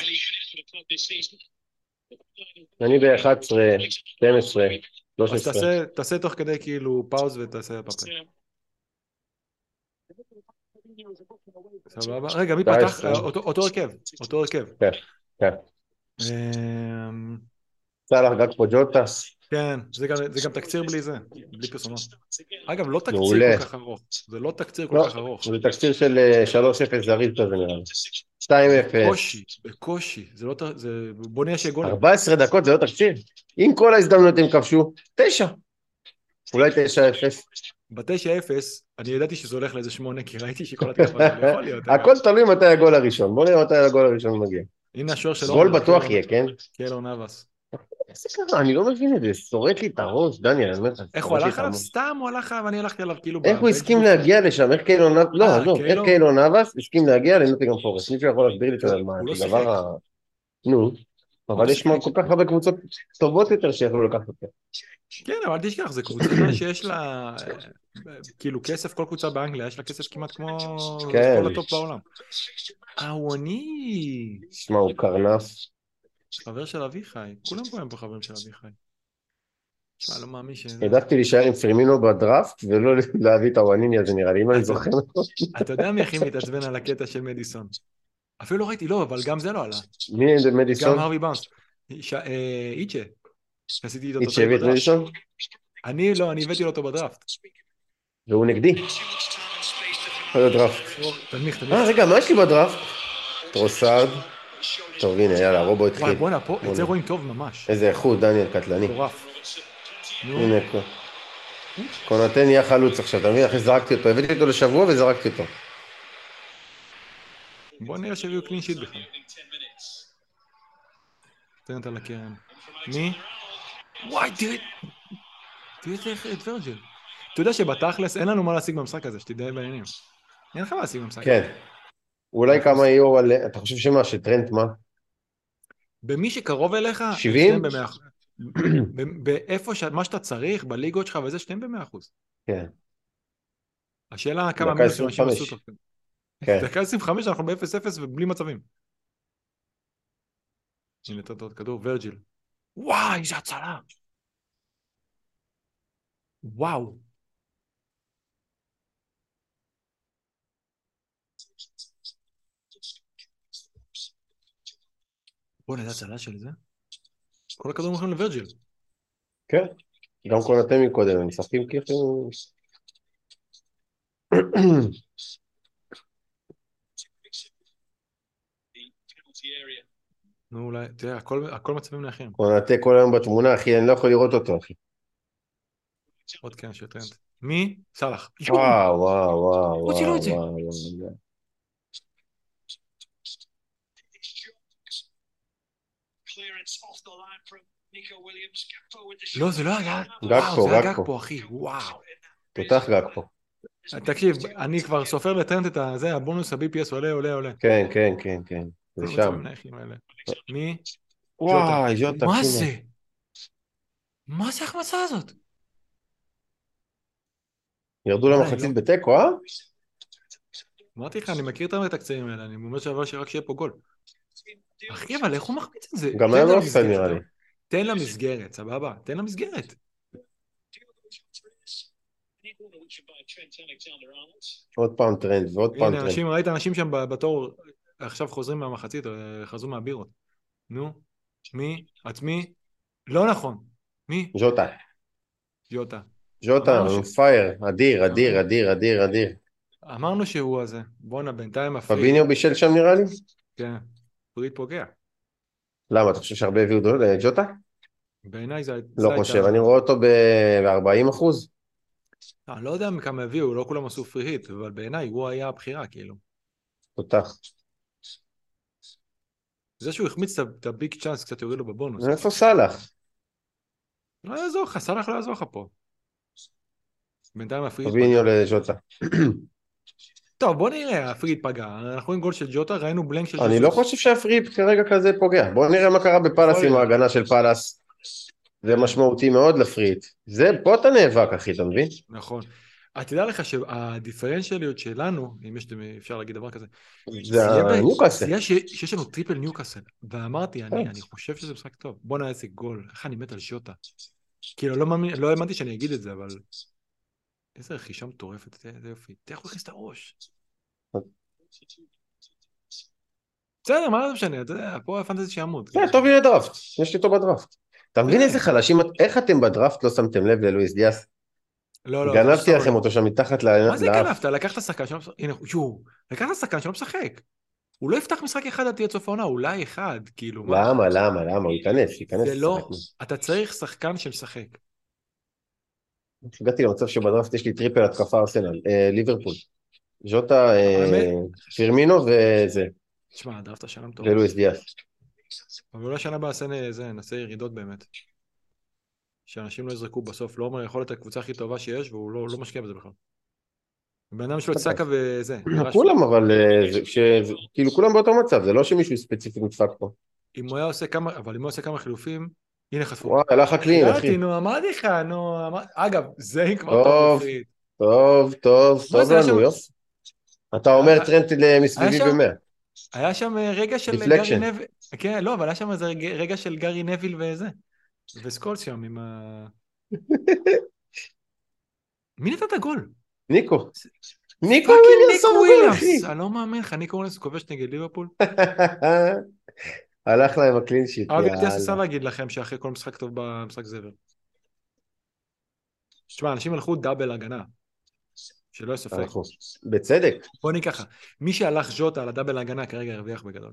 אני ב-11, 12, 13. אז תעשה תוך כדי כאילו פאוז ותעשה בפליי. סבבה. רגע, מי פתח? אותו הרכב. כן. סלח גג פה ג'וטה. כן, זה גם תקציר בלי זה, בלי פרסומות. אגב, לא תקציר כל כך ארוך. זה לא תקציר כל כך ארוך. זה תקציר של 3-0 זריז כזה נראה לי. 2-0. בקושי. בוא נהיה שגולים. 14 דקות זה לא תקציר. אם כל ההזדמנות הם כבשו, 9. אולי 9-0. ב-9-0, אני ידעתי שזה הולך לאיזה 8, כי ראיתי שכל התקפה זה יכול להיות. הכל תלוי מתי הגול הראשון. בוא נראה מתי הגול הראשון מגיע. הנה השוער שלו. גול בטוח יהיה, כן? קיילור נאבס. איזה ככה, אני לא מבין את זה, שורק לי את הראש, דניאל, אני אומר לך. איך הוא הלך עליו? סתם הוא הלך עליו, אני הלכתי עליו כאילו... איך הוא הסכים להגיע לשם? איך קיילור נאבס? לא, איך קיילור נאבס הסכים להגיע לנוטינגהאם פורסט? מישהו יכול להסביר לי את זה על מה? זה דבר נו, אבל יש כל כך הרבה קבוצות טובות יותר שיכולו לקחת אותה. כן, אבל אל תשכח, זו קבוצה שיש לה כאילו כסף, כל קבוצה באנגליה, יש לה כסף כמעט כמו כל הטופ בעולם. וואני. שמע, הוא קרנף. חבר של אביחי, כולם פה הם פה חברים של אביחי. שמע, לא מאמין שזה... העדפתי להישאר עם פרמינו בדראפט, ולא להביא את הוואניני הזה נראה לי, אם אני זוכר. אתה יודע מי הכי מתעצבן על הקטע של מדיסון? אפילו לא ראיתי, לא, אבל גם זה לא עלה. מי זה מדיסון? גם הרווי באונס. איצ'ה. עשיתי איתו איצ'ה הביא את מדיסון? אני לא, אני הבאתי לו אותו בדראפט. והוא נגדי. איזה דראפט. תנמיך. רגע, מה יש לי בדראפט? טרוסארד. טוב, הנה, יאללה, רובו וואי, התחיל. בוא'נה, פה, את זה רואים טוב ממש. איזה איכות, דניאל קטלני. מטורף. נו, הנה, קונאטה נהיה חלוץ עכשיו, אתה מבין? אחרי זרקתי אותו, הבאתי אותו לשבוע וזרקתי אותו. בוא נראה שהביאו קלין שיט בכלל. תרנת על הקרן. מי? וואי, תראה את ורג'ל. אתה יודע שבתכלס אין לנו מה להשיג במשחק הזה, שתדע בעניינים. אין לך מה להשיג במשחק. כן. אולי כמה יהיו על... אתה חושב שמה, שטרנט מה? במי שקרוב אליך, 70? באיפה, מה שאתה צריך, בליגות שלך וזה, שתיים ב100%. כן. השאלה כמה דקה מינוס אנשים 25. עשו אותו. כן. דקה 25 אנחנו ב-0-0 ובלי מצבים. הנה נתת עוד כדור, ורג'יל. וואי, איזה הצלה. וואו. בוא נדע הצלה של זה. כל הכדורים הולכים לוורג'יל. כן. גם קונאטה מקודם, הם משחקים כאילו... נו, אולי, תראה, הכל מצבים נייחים. קונאטה כל היום בתמונה, אחי, אני לא יכול לראות אותו, אחי. עוד כן, שטרנט. מי? סלח. וואו. הוציא את זה. לא, זה לא היה... וואו, זה היה גג פה, אחי. וואו. תותח גג פה. תקשיב, אני כבר סופר לטרנט את זה, הבונוס ה-BPS עולה. כן. זה שם. מי? וואי, ז'וטה. מה זה? מה זה ההחמצה הזאת? ירדו למחצית בתיקו, אה? אמרתי לך, אני מכיר את הקצעים האלה, אני אומר שרק שיהיה פה גול. אחי, אבל איך הוא מחמיץ את זה? גם היה באופסייד נראה לי. תן לה מסגרת, סבבה? תן לה מסגרת. עוד פעם טרנד ועוד פעם טרנד. הנה, ראית אנשים שם בתור, עכשיו חוזרים מהמחצית, חזרו מהבירות. נו, מי? עצמי? לא נכון. מי? ז'וטה, הוא פייר, אדיר. אמרנו שהוא הזה. בואנה, בינתיים מפריד. פביניו בישל שם נראה לי? כן, פריד פוגע. למה, אתה חושב שהרבה הביאו לג'וטה? בעיניי זה... לא חושב, אני רואה אותו ב-40%. אני לא יודע מכמה הביאו, לא כולם עשו פרי היט, אבל בעיניי הוא היה הבחירה, כאילו. תותח. זה שהוא החמיץ את הביג צ'אנס, קצת יוריד לו בבונוס. איפה סלח? לא יעזור לך, סלח לא יעזור לך פה. בינתיים הפריד פגע. פביניו לג'וטה. טוב, בוא נראה, הפריד פגע. אנחנו רואים גול של ג'וטה, ראינו בלנק של ג'וסוס. אני לא חושב שהפריד כרגע כזה פוגע. בוא נראה מה קרה בפלס עם ההגנה של פלס. זה משמעותי מאוד לפריד. זה, פה אתה נאבק, אחי, אתה מבין? נכון. תדע לך שהדיפרנציאליות שלנו, אם אפשר להגיד דבר כזה, זה ניוקאסל. זה שיש לנו טריפל ניוקאסל. ואמרתי, אני חושב שזה משחק טוב. בוא נראה איזה גול. איך אני מת על שוטה. כאילו, לא האמנתי שאני אגיד את זה, אבל... איזה רכישה מטורפת, זה יופי. תראה איך הוא הכניס את הראש. בסדר, מה זה משנה? אתה יודע, פה הפנטזי שיעמוד. טוב, הנה דראפט. יש לי אותו בדראפט. אתה מבין איזה חלשים? איך אתם בדראפט לא שמתם לב ללואיס דיאס? לא. גנבתי לכם אותו שם מתחת לאף. מה זה גנבת? לקחת שחקן שלא משחק. הנה, לקחת שחקן שלא משחק. הוא לא יפתח משחק אחד עד תהיה סוף העונה, אולי אחד, כאילו. למה? הוא ייכנס. זה לא, אתה צריך שחקן שמשחק. הגעתי למצב שבדראפט יש לי טריפל התקפה ארסנל, ליברפול. ז'וטה, פירמינו וזה. תשמע, הדראפט השנה מטורף. ולואיס דיאס. אבל אולי שנה נעשה ירידות באמת. שאנשים לא יזרקו בסוף, לא אומר, יכול להיות הקבוצה הכי טובה שיש, והוא לא משקיע בזה בכלל. בן אדם שלו צקה וזה. כולם, אבל כאילו כולם באותו מצב, זה לא שמישהו ספציפי נדפק פה. אם הוא היה עושה כמה חילופים, הנה חטפו. וואי, הלך הקלין, אחי. נו, אמרתי לך, אגב, זה כבר טוב לנו, יופי. אתה אומר טרנט מסביבי ב-100. היה שם רגע של גארי נביל, כן, לא, אבל היה שם איזה רגע של גארי נביל וזה, וסקולס שם עם ה... מי נתן את הגול? ניקו וויליאמס, אני לא מאמין לך, ניקו וויליאמס כובש נגד ליברפול. הלך להם הקלין שיט, אבל הייתי עשה להגיד לכם שאחרי כל משחק טוב במשחק זבר. תשמע, אנשים הלכו דאבל הגנה. שלא יהיה ספק. אנחנו, בצדק. בוא ניקח ככה, מי שהלך ז'וטה על הדאבל ההגנה כרגע הרוויח בגדול.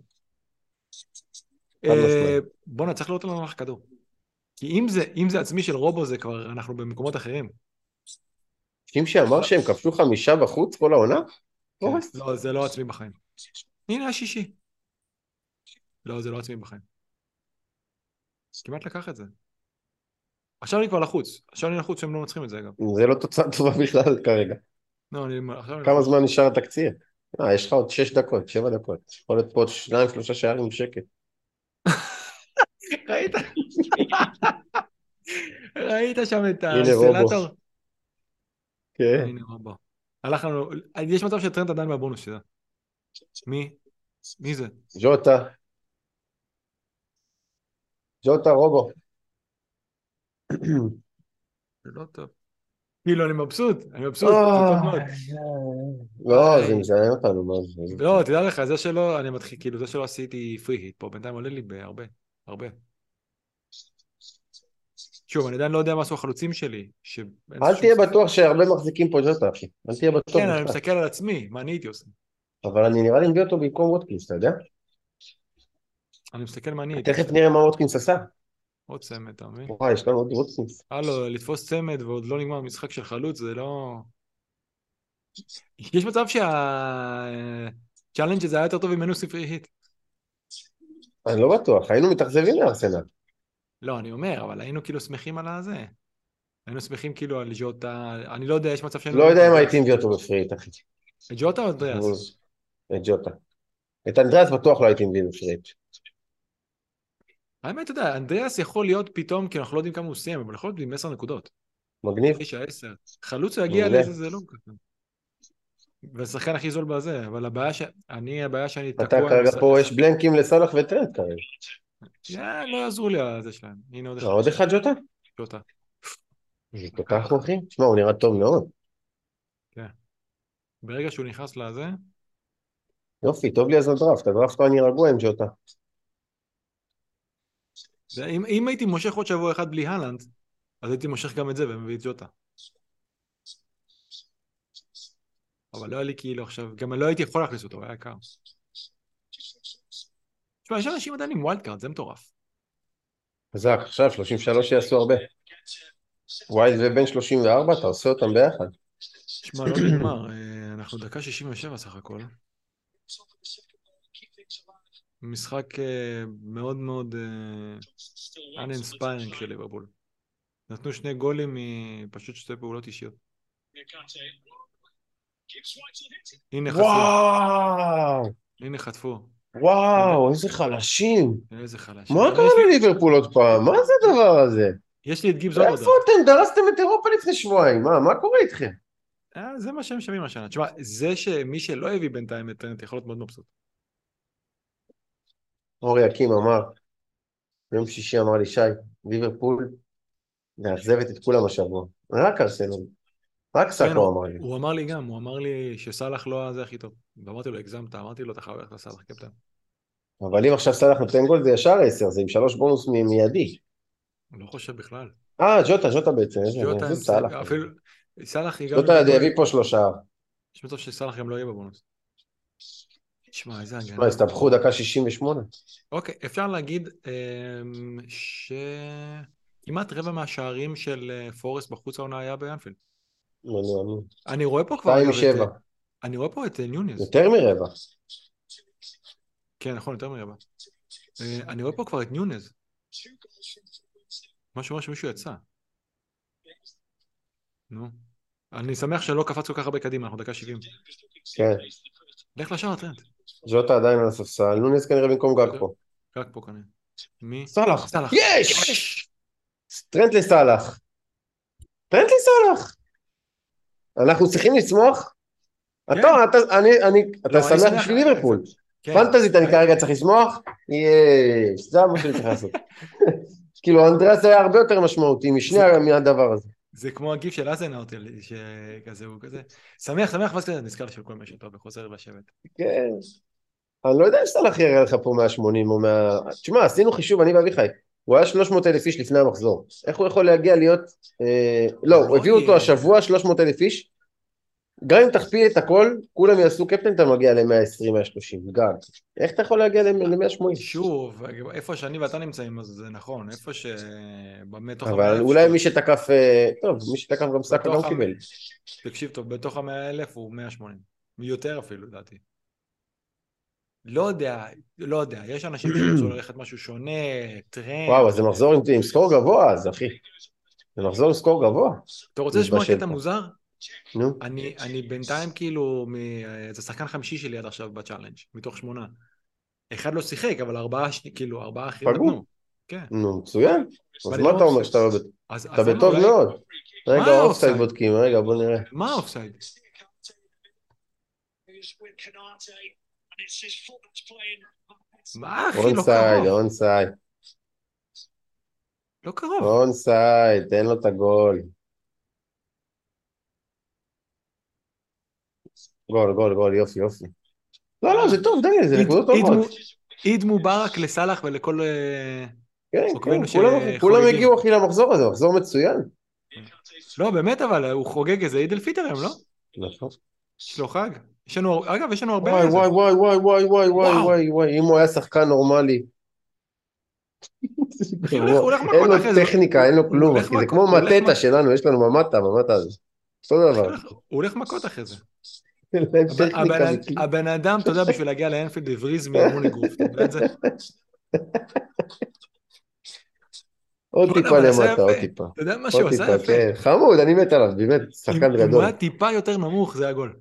חד משמעית. בוא נצטרך לראות לנו הלך כדור. כי אם זה עצמי של רובו, זה כבר, אנחנו במקומות אחרים. שימשי אמר שהם כבשו 5 בחוץ כל העונה? כן. לא, זה לא עצמי בחיים. הנה השישי. לא, זה לא עצמי בחיים. כמעט לקח את זה. עכשיו אני כבר לחוץ. שהם לא מצליחים את זה, אגב. זה לא תוצאה טובה בכלל כרגע. לא, עכשיו אני כמה לחוץ. זמן נשאר התקציר? יש לך עוד 6 דקות, 7 דקות. יכול להיות פה עוד 2-3 שערים שקט. ראית? ראית שם את הנה רובו. האינסטלטור? כן. הנה רובו. הלך לנו, יש מצב שטרנט עדיין מהבונוס שזה. מי זה? ג'וטה רובו. זה לא טוב. כאילו, אני מבסוט, זה טוב מאוד. לא, זה מזיין אותנו, מה זה? לא, תדע לך, זה שלא, אני מתחיל, כאילו, זה שלא עשיתי פרי היט פה, בינתיים עולה לי בהרבה, הרבה. שוב, אני עדיין לא יודע מה עשו החלוצים שלי. אל תהיה בטוח שהרבה מחזיקים פה ג'וטה, אחי. אל תהיה בטוח כן, בכלל. אני מסתכל על עצמי, מה אני הייתי עושה? אבל אני נראה לי מביא אותו במקום ווטקינס, אתה יודע? אני מסתכל מה אני הייתי תכף נראה מה ווטקינס עשה. עוד צמד, אתה מבין? וואי, יש לנו עוד ווטקינס. הלו, לתפוס צמד ועוד לא נגמר משחק של חלוץ, זה לא... יש מצב שהצ'אלנג' הזה היה יותר טוב ממנו ספרי היט. אני לא בטוח, היינו מתאכזבים לארסנל. לא, אני אומר, אבל היינו כאילו שמחים על הזה. היינו שמחים כאילו על ג'וטה, אני לא יודע, יש מצב שאני... לא יודע אם הייתי מביא אותו בפריט, אחי. את ג'וטה או אנדריאס? את ג'וטה. את אנדריאס בטוח לא הייתי מביא בפריט. האמת, אתה יודע, אנדריאס יכול להיות פתאום, כי אנחנו לא יודעים כמה הוא סיים, אבל יכול להיות עם 10 נקודות. מגניב. 9-10. חלוץ הוא יגיע לזה, זה לא ככה. והשחקן הכי זול בזה, אבל הבעיה שאני תקוע... אתה כרגע פה, יש בלנקים לסלח וטרנד כרגע. לא יעזרו לי על זה שלהם. הנה עוד אחד. עוד אחד ג'וטה? ג'וטה. זה תותח אחי? תשמע, הוא נראה טוב מאוד. כן. ברגע שהוא נכנס לזה... יופי, טוב לי אז הדראפט. הדראפט כבר אני רגוע עם ג'וטה. אם הייתי מושך עוד שבוע אחד בלי הלנד, אז הייתי מושך גם את זה ומביא את ג'וטה. אבל לא היה לי כאילו עכשיו, גם לא הייתי יכול להכניס אותו, הוא היה יקר. תשמע, יש אנשים עדיין עם ווילד קארד, זה מטורף. חזק, עכשיו 33 יעשו הרבה. ווילד ובן 34, אתה עושה אותם ביחד. תשמע, לא נגמר, אנחנו דקה 67 סך הכל. משחק מאוד מאוד uninspiring של ליברפול. נתנו 2 גולים מפשוט 2 פעולות אישיות. הנה חטפו. וואו! הנה חטפו. וואו, איזה חלשים. איזה חלשים. מה קרה לליברפול עוד פעם? מה זה הדבר הזה? יש לי את גיבס עוד איפה אתם? דרסתם את אירופה לפני שבועיים. מה קורה איתכם? זה מה שהם שווים השנה. תשמע, זה שמי שלא הביא בינתיים את טרנט יכול להיות מאוד מבסוט. אורי אקים אמר, ביום שישי אמר לי, שי, ליברפול מאכזבת את כולם השבוע. רק ארסנל. רק סאקו אמר לי. הוא אמר לי גם, הוא אמר לי שסלח לא הזה הכי טוב. ואמרתי לו, הגזמת, אמרתי לו, אתה חייב ללכת לסלח, קפטן. אבל אם עכשיו סלח נותן גול זה ישר 10, זה עם 3 בונוס מיידי. אני לא חושב בכלל. ג'וטה בעצם, איזה סלח. אפילו, סלח ג'וטה יביא פה 3. יש מצב שסלח גם לא יהיה בבונוס. תשמע, איזה הגנה. הסתבכו דקה 68. אוקיי, אפשר להגיד כמעט רבע מהשערים של פורסט בחוץ העונה היה באנפילד. אני רואה פה כבר... 2-7. אני רואה פה את ניוניז. יותר מרבע. כן, נכון, יותר מרבע. אני רואה פה כבר את ניוניז. משהו אומר שמישהו יצא. נו. אני שמח שלא קפץ כל כך הרבה קדימה, אנחנו דקה 70. כן. לך לשער טרנט. ג'וטה עדיין על הספסל, נוניס כנראה במקום גג פה. גג פה כנראה. מי? סלח. סלח. יש! טרנט לסלח. טרנט לסלח. אנחנו צריכים לצמוח? אתה שמח בשביל ליברפול. פנטזית אני כרגע צריך לשמוח? יש, זה מה שאני צריך לעשות. כאילו אנדריאס היה הרבה יותר משמעותי משני מהדבר הזה. זה כמו הגיף של אזנאוטל, שכזה הוא כזה, שמח, ואז כזה נזכר של כל משהו טוב וחוזר לשבת. כן. אני לא יודע אם סלח יראה לך פה 180 או 100... תשמע, עשינו חישוב, אני ואביחי. הוא היה 300,000 איש לפני המחזור. איך הוא יכול להגיע להיות... לא, הביאו אותו השבוע 300,000 איש. גם אם תכפיל את הכל, כולם יעשו קפטן, אתה מגיע ל-120-130, גג. איך אתה יכול להגיע ל-180? שוב, איפה שאני ואתה נמצאים, אז זה נכון, איפה בתוך אבל 100,000, אולי שוב, מי שתקף, טוב, מי שתקף גם סאקה גם קיבל. תקשיב טוב, בתוך 100,000 הוא 180, יותר אפילו, לדעתי. לא יודע, לא יודע, יש אנשים שירצו ללכת משהו שונה, וואו, טרנד. אז זה מחזור עם סקור גבוה, אז אחי. זה מחזור עם סקור גבוה. אתה רוצה לשמוע מתבשל קטע פה. מוזר? נו, אני בינתיים כאילו, זה שחקן חמישי שלי עד עכשיו בצ'אלנג', מתוך 8. אחד לא שיחק, אבל 4, כאילו, 4 אחרים פגעו. נתנו. כן. נו, מצוין. אז ואני מה לא אתה אומר מבסוט. שאתה לא בטוב? אתה אז אני בטוב אולי... מאוד. רגע, מה אופסייד האופסייד? בודקים, רגע, בוא נראה. מה האופסייד? מה אחי, לא אונסייד, קרוב. אונסייד. לא קרוב. אונסייד, תן לו את הגול. גול, גול, גול, יופי, יופי. לא, לא, זה טוב, די, זה נקודות טובות. עיד מובארק לסלח ולכל כן, עוקבינו כן, כולם שחוגגים. הגיעו אחי למחזור הזה, מחזור מצוין. לא, באמת, אבל הוא חוגג איזה עיד אל פיטר היום, לא? נכון. יש לו חג. אגב, יש לנו הרבה וואי, איזה. וואי, וואי, וואי, וואי, וואי, וואי, וואו. וואי, וואי, אם הוא היה שחקן נורמלי. אחי, הוא הולך אין מכות לו אחרי זה. טכניקה, אין לו כלום, אחי, זה כמו מטטה שלנו, יש לנו ממטה הזה. אותו דבר. הוא הולך מכות אחרי זה. אין להם טכניקה וכלי. הבן אדם, אתה יודע, בשביל להגיע לאנפילד הבריז מאימון אגרוף, אתה יודע את זה? עוד בוא'נה, טיפה אבל עשה למטה, עוד יפה. טיפה. אתה יודע מה עוד שהוא עשה טיפה, יפה? כן. חמוד, אני מת עליו, באמת, שחקן אם הוא גדול. היה טיפה יותר נמוך, זה הגול.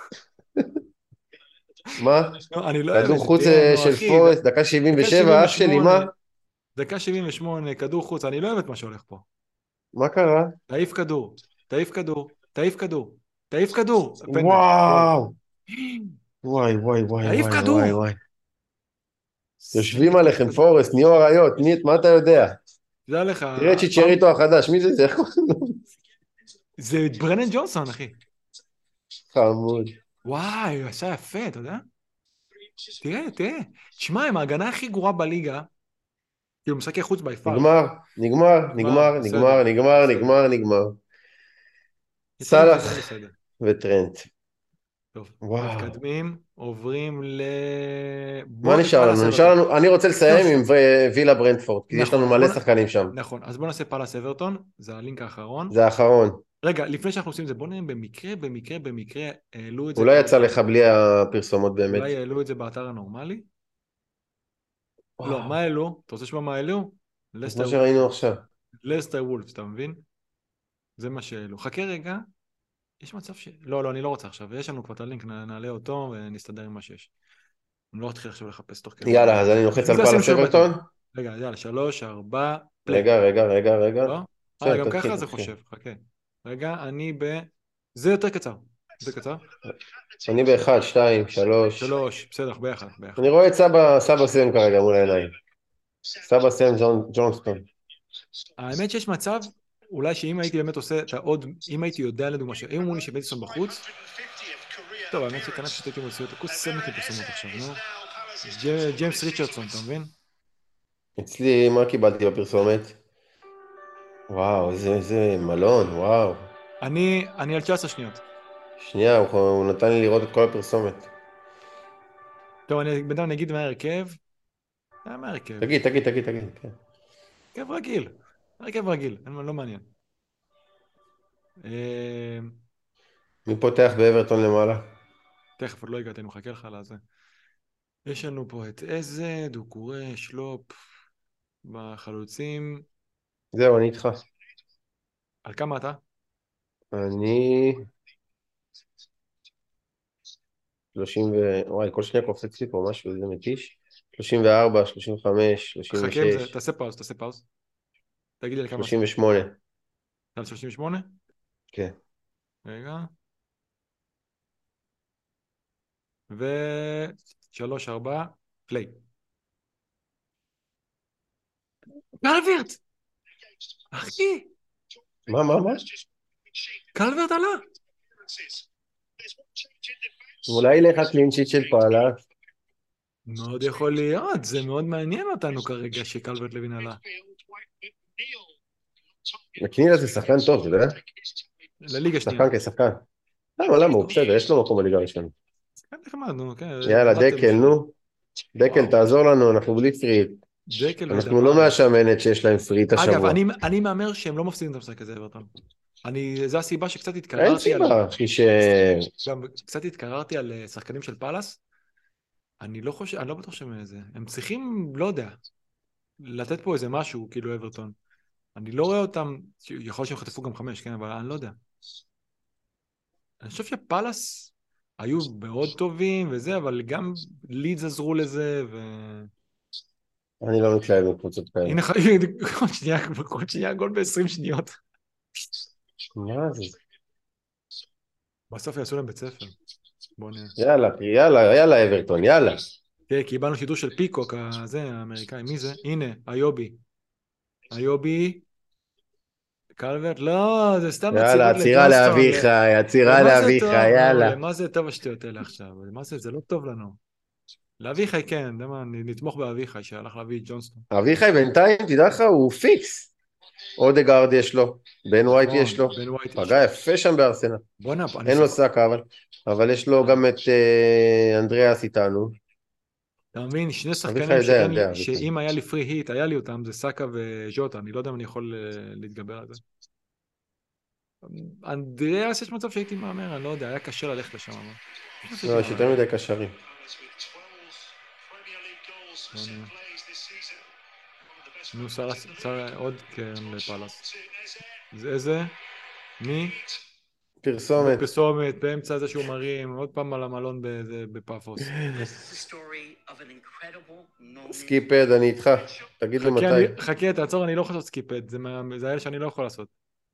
מה? לא, אני לא אוהב כדור את זה, חוץ תראה, נו של אחי, פורסט, דקה דקה 77, אח שלי, 78, מה? דקה 78, כדור חוץ, אני לא אוהב את מה שהולך פה. מה קרה? תעיף כדור, תעיף כדור, תעיף כדור, תעיף כדור, פנדל, גול. וואו! וואי, וואי, וואי, תעיף וואי, כדור! וואי, וואי. זה יושבים נקודות עליכם, כדור. פורסט, נהיו אריות, מה אתה יודע? זה לך, תראה צ'יצ'ריטו החדש, מי זה? איך קוראים לו? זה ברנן ג'ונסון, אחי. חמוד. וואי, הוא עשה יפה, אתה יודע? תראה. תשמע, הם ההגנה הכי גרועה בליגה, כאילו משחקי חוץ ביפר. נגמר. טרנט סלאח יותר בסדר. וטרנט. טוב, וואו. מתקדמים, עוברים מה נשאר לנו? אני רוצה לסיים עם וילה ברנטפורד, כי יש לנו מלא שחקנים שם. נכון, אז בוא נעשה פאלאס אברטון, זה הלינק האחרון. זה האחרון. רגע, לפני שאנחנו עושים את זה, בוא נראה במקרה, העלו את זה. אולי יצא לך בלי הפרסומות באמת. אולי העלו את זה באתר הנורמלי? לא, מה העלו? אתה רוצה לשמוע מה העלו? כמו שראינו עכשיו. לסטר וולפס, אתה מבין? זה מה שהעלו. חכה רגע, יש מצב לא, אני לא רוצה עכשיו, יש לנו כבר את הלינק, נעלה אותו ונסתדר עם מה שיש. אני לא אתחיל עכשיו לחפש תוך כדי. יאללה, אז אני לוחץ על פאלאס אברטון. רגע, יאללה, 3, 4, רגע. לא? גם ככה זה חושב, חכה. רגע, זה יותר קצר. אני ב-1, 2, 3. 3, בסדר, ביחד. אני רואה את סבא סם כרגע מול העיניים. סבא סם ג'ונסטון. האמת שיש מצב, אולי שאם הייתי באמת עושה את העוד, אם הייתי יודע לדוגמה, אם הוא נשאר מדיסון בחוץ, טוב, האמת שכנראה שתהייתי מוציא אותו, כוס סמק לפרסומות עכשיו, נו. ג'יימס ריצ'רדסון, אתה מבין? אצלי, מה קיבלתי בפרסומת? וואו, איזה מלון, וואו. אני על 19 שניות. שנייה, הוא נתן לי לראות את כל הפרסומת. טוב, בינתיים נגיד מה ההרכב. מה ההרכב? תגיד. הרכב רגיל, לא מעניין. מי פותח באברטון למעלה? תכף, עוד לא הגעתי, אני מחכה לך על זה. יש לנו פה את איזה, דוקורי, שלופ, בחלוצים. זהו, אני איתך. על כמה אתה? אני... 30 וואי, כל שניה קופץ לי פה משהו, זה מתיש. 34, 35, 36. חכה עם זה, תעשה פאוז. תגיד לי על כמה. 38. על 38? כן. רגע. ו3, 4, פליי. קלברט! אחי! מה? קלברט עלה! אולי לך קלינצ'יט של פעלה. מאוד יכול להיות, זה מאוד מעניין אותנו כרגע שקלברט לוין עלה. מקנילה זה שחקן טוב, אתה יודע? לליגה שנייה. כשחקן. למה, הוא בסדר, יש לו מקום בליגה הראשונה. כן, נחמד, נו, כן. יאללה, למדתם דקל, משהו. נו. דקל, וואו. תעזור לנו, אנחנו בלי פריט. דקל אנחנו לא ודמרי. מהשמנת שיש להם פריט אגב, השבוע. אני מהמר שהם לא מפסידים את המשחק הזה, אברטון. זו הסיבה שקצת אין התקררתי על... סיבה, אחי, גם קצת התקררתי על שחקנים של פאלאס. אני לא בטוח שהם איזה... הם צריכים, לא יודע, לתת פה איזה משהו, כאילו אברטון. אני לא רואה אותם, יכול שהם חטפו גם 5, כן, אבל אני לא יודע. אני חושב שפאלאס היו מאוד טובים וזה, אבל גם לידס עזרו לזה, ו... אני לא מתלהב מקבוצות כאלה. הנה, כל שנייה גול ב-20 שניות. מה זה? בסוף יעשו להם בית ספר. בוא נראה. יאללה, אברטון, יאללה. תראה, קיבלנו שידור של פיקוק, הזה, האמריקאי, מי זה? הנה, איובי, קלברט, לא, זה סתם יאללה, מציבות עצירה לג'ונסטון. לאביחי, עצירה למה זה לאביחי, טוב? נו, יאללה. למה זה טוב השטויות האלה עכשיו? למה זה לא טוב לנו. לאביחי כן, נתמוך באביחי שהלך להביא את ג'ונסטון. אביחי בינתיים, תדע לך, הוא פיקס. אודגרד יש לו, בן ווייט יש לו. בן ווייט יש פגע יפה שם בארסנל. בוא'נה, אין לו סאקה, אבל יש לו גם את אנדריאס איתנו. אתה מבין, שני שחקנים אביחי יודע. שאם היה לי פרי היט, היה לי אותם, זה סאקה וז'וטה, אני לא יודע אם אני יכול להתגבר על זה. אנדריאס יש מצב שהייתי מאמר, אני לא יודע, היה קשה ללכת לשם. לא, יש יותר מדי קשרים. נו, שר עוד קרן לפלאס. איזה? מי? פרסומת. פרסומת, באמצע זה שהוא מרים, עוד פעם על המלון בפאפוס. סקיפד, אני איתך. תגיד לי מתי. חכה, תעצור, אני לא יכול לעשות סקיפד, זה היה שאני לא יכול לעשות.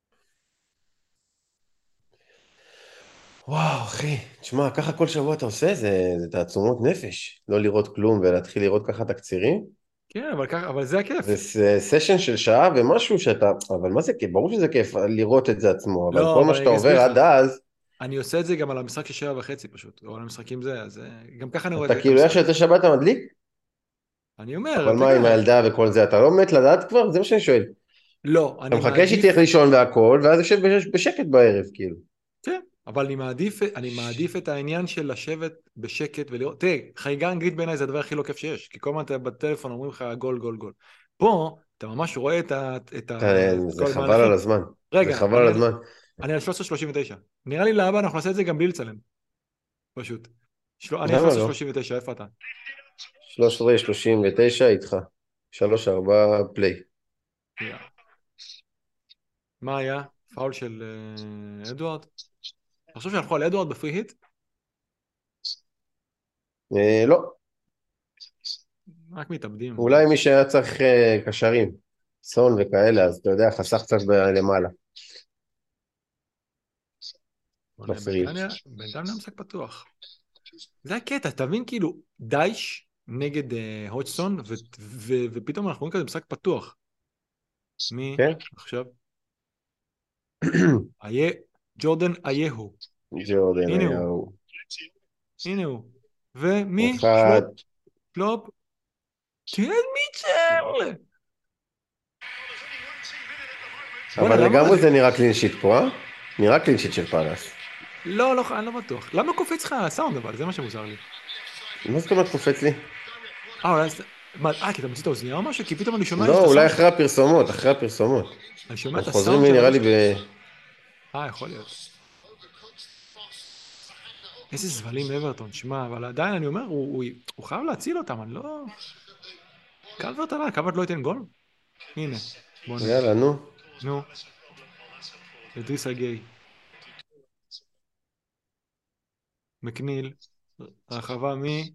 וואו, אחי, תשמע, ככה כל שבוע אתה עושה, זה תעצומות נפש. לא לראות כלום ולהתחיל לראות ככה תקצירים. כן, אבל זה הכיף. זה סשן של שעה ומשהו שאתה, אבל מה זה כיף? ברור שזה כיף לראות את זה עצמו, אבל כל מה שאתה עובר עד אז... אני עושה את זה גם על המשחק של 7:30 פשוט, או על המשחקים זה, אז גם ככה אני רואה את זה. אתה כאילו איך שאתה שבת אתה מדליק? אני אומר... אבל מה עם הילדה וכל זה, אתה לא מת לדעת כבר? זה מה שאני שואל. לא, אתה מחכה שהיא תלך לישון והכל, ואז יושב בשקט בערב, כאילו. כן, אבל אני מעדיף את העניין של לשבת בשקט ולראות, תראה, חגיגה אנגלית בעיניי זה הדבר הכי לא כיף שיש, כי כל הזמן אתה בטלפון אומרים לך גול, גול, גול. פה, אתה ממש רואה את זה חבל על הזמן. רגע, זה חבל על הזמן. אני על 13:39. נראה לי להבא אנחנו נעשה את זה גם בלי לצלם. פשוט. אני על 13:39, איפה אתה? 13:39 איתך. 3-4 פליי. מה היה? פאול של אדוארד? אתה חושב שהלכו על אדוארד בפרי היט? לא. רק מתאבדים. אולי מי שהיה צריך קשרים, סון וכאלה, אז אתה יודע, חסך קצת למעלה. בינתיים נמשק פתוח. זה הקטע, תבין כאילו דייש נגד הודג'סון, ופתאום אנחנו רואים כזה משחק פתוח. מי עכשיו? ג'ורדן אייהו. ג'ורדן אייהו. הנה הוא. ומי? שלופ. תראה מיטשל! אבל לגמרי זה נראה קלינשיט פה, אה? נראה קלינשיט של פאלאס. לא, אני לא בטוח. למה קופץ לך הסאונד אבל? זה מה שמוזר לי. מה זאת אומרת קופץ לי? כי אתה מוציא את האוזנייה או משהו? כי פתאום אני שומע... לא, אולי אחרי הפרסומות. אני שומע את הסאונד... חוזרים לי נראה לי יכול להיות. איזה זבלים אברטון, שמע, אבל עדיין אני אומר, הוא חייב להציל אותם, אני לא... קלברט לא ייתן גול? הנה, בוא נראה. יאללה, נו. אדריסה גיי. מקניל. הרחבה מי?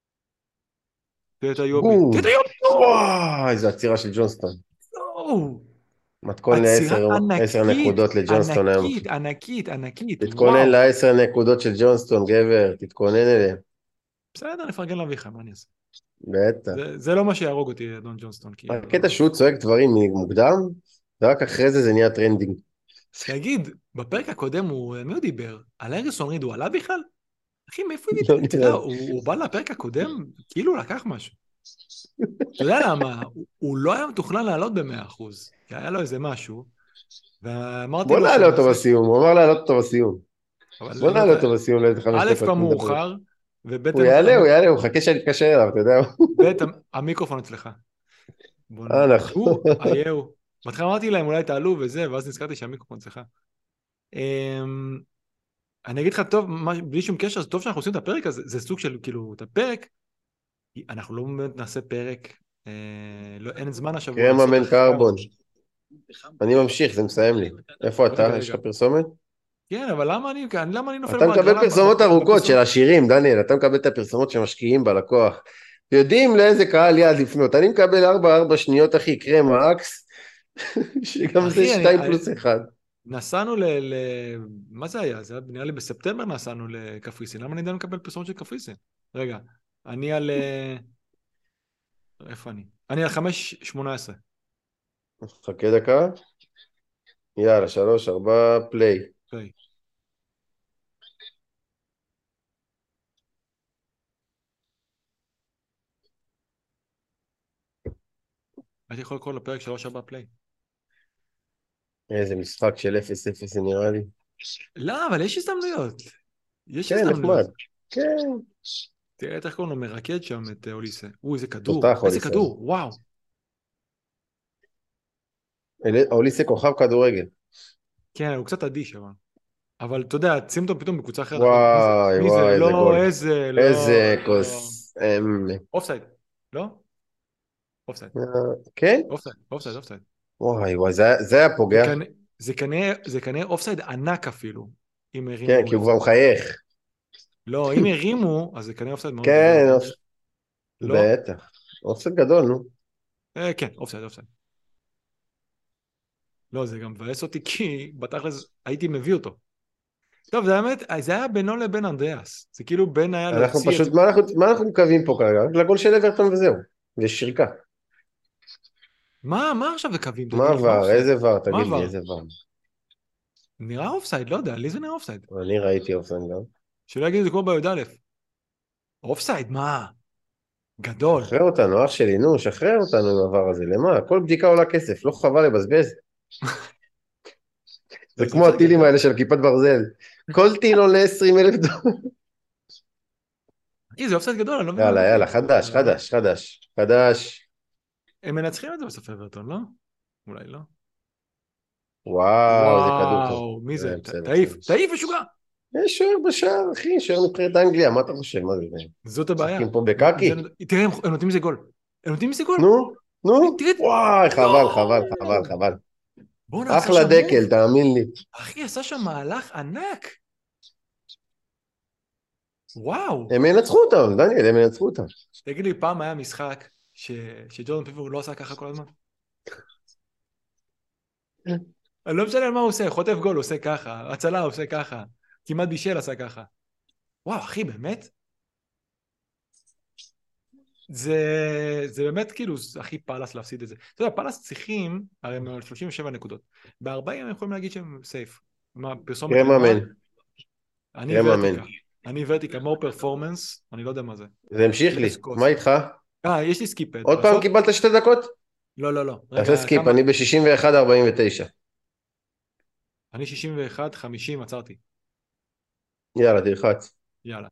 תהיה יובי. וואי, איזה עצירה של ג'ונסטון. מתכון ל10 נקודות לג'ונסטון היום. ענקית. תתכונן ל10 נקודות של ג'ונסטון, גבר, תתכונן אליהם. בסדר, נפרגן להביך, מה אני אעשה? בטח. זה לא מה שיהרוג אותי, אדון ג'ונסטון. הקטע שהוא צועק דברים מוקדם, ורק אחרי זה נהיה טרנדינג. תגיד, בפרק הקודם מי הוא דיבר? על הריסון ריד הוא עלה בכלל? אחי, מאיפה הוא ידע? הוא בא לפרק הקודם, כאילו לקח משהו. אתה יודע למה? הוא לא היה מתוכנן לעלות ב100%. היה לו איזה משהו, ואמרתי לו... בוא נעלה אותו בסיום, הוא אמר לעלות אותו בסיום. אבל בוא אם נעלה אתה... אותו בסיום לאיזה 5 א', דקות כבר נדבר. מאוחר, וב', הוא יעלה, הוא חכה שאני אתקשר אליו, אתה יודע. המיקרופון אצלך. בוא נכון. אייהו. בהתחלה אמרתי להם אולי תעלו וזה, ואז נזכרתי שהמיקרופון אצלך. אמ, אני אגיד לך, טוב, בלי שום קשר, זה טוב שאנחנו עושים את הפרק הזה, זה סוג של, כאילו, את הפרק, אנחנו לא באמת נעשה פרק, אין זמן השבוע קרם לעשות אמן מחקר. קרבון. אני ממשיך, זה מסיים לי. איפה רגע, אתה? יש לך רגע. פרסומת? כן, אבל למה אני נופל אתה מקבל בהגרלה פרסומות ארוכות של בפרסום? השירים, דניאל, אתה מקבל את הפרסומות שמשקיעים בלקוח. יודעים לאיזה קהל יעד לפנות. אני מקבל 4 שניות, אחי, קרם האקס, שגם זה אחי, 2+1. נסענו מה זה היה? זה היה נראה לי בספטמבר נסענו לקפריסין. למה אני עדיין מקבל פרסומות של קפריסין? רגע, אני על... איפה אני? אני על 5.18. חכה דקה. יאללה, 3, 4, פליי. אוקיי. הייתי יכול לקרוא לפרק 3-4 פליי. איזה משחק של 0-0 זה נראה לי. לא, אבל יש הזדמנויות. יש כן, הזדמנויות. נחמד. כן. תראה איך קוראים לו מרקד שם את אוליסה. איזה כדור. תותח איזה אוליסה. כדור, וואו. אוליסה כוכב כדורגל. כן, הוא קצת אדיש אבל אתה יודע, שים אותו פתאום בקבוצה אחרת. וואי, מי זה? וואי, איזה לא, גול. איזה, לא. איזה כוס. אופסייד. לא? אופסייד. כן? אופסייד. וואי, וואי, זה היה פוגע. זה כנראה אופסייד ענק אפילו, אם הרימו כן, כי הוא כבר אופסייד. מחייך. לא, אם הרימו, אז זה כנראה אופסייד מאוד כן, גדול. לא? בטח. אופסייד גדול, נו. כן, אופסייד. לא, זה גם מבאס אותי, כי בתכלס הייתי מביא אותו. טוב, זה האמת, זה היה בינו לבין אנדריאס. זה כאילו בין היה אנחנו להוציא את... פשוט, מה אנחנו מקווים פה כרגע? רק לגול של אברטון וזהו. ושריקה. מה עכשיו הקווים? מה תגיד לי, מה עבר? אופסייד? איזה ור? מה תגיד לי, עבר? איזה ור? נראה אופסייד, לא יודע, לי זה נראה אופסייד. אני ראיתי אופסייד גם. שלא יגידו זה כמו בי"א. אופסייד, מה? גדול. שחרר אותנו, אח שלי, נו, שחרר אותנו עם העבר הזה. למה? כל בדיקה עולה כסף, לא חבל לבזבז. זה כמו הטילים האלה של כיפת ברזל. כל טיל עולה 20,000 דולר. זה אופסייד גדול, אני לא מבין. יאללה, חדש. הם מנצחים את זה בסוף אברטון, לא? אולי לא. וואו, איזה כדור טוב. וואו, מי זה? בסדר. תעיף ושוגע. יש שוער בשער, אחי, שוער נבחרת אנגליה, מה אתה חושב? מה זה? זאת הבעיה. משחקים פה בקקי? תראה, הם נותנים מזה גול. נו, תראה. וואי, חבל. בוא נעשה אחלה שם דקל, מוב. תאמין לי. אחי, עשה שם מהלך ענק. וואו. הם ינצחו אותם, דניאל, הם ינצחו אותם. תגיד לי, פעם היה משחק שג'ורדן פיבור לא עשה ככה כל הזמן? אני לא משנה על מה הוא עושה, חוטף גול, הוא עושה ככה, הצלה, הוא עושה ככה, כמעט בישל עשה ככה. וואו, אחי, באמת? זה באמת כאילו, הכי פלס להפסיד את זה. אתה יודע, פלס צריכים, הרי הם על 37 נקודות. ב-40 הם יכולים להגיד שהם סייף. מה, פרסומת קרם למה? אמן. אני ורטיקה, more performance, אני לא יודע מה זה. זה המשיך לי, מה איתך? יש לי סקיפ. עוד פעם קיבלת 2 דקות? לא. תעשה סקיפ, אני ב-61-49. אני 61-50 עצרתי. יאללה, תלחץ. יאללה.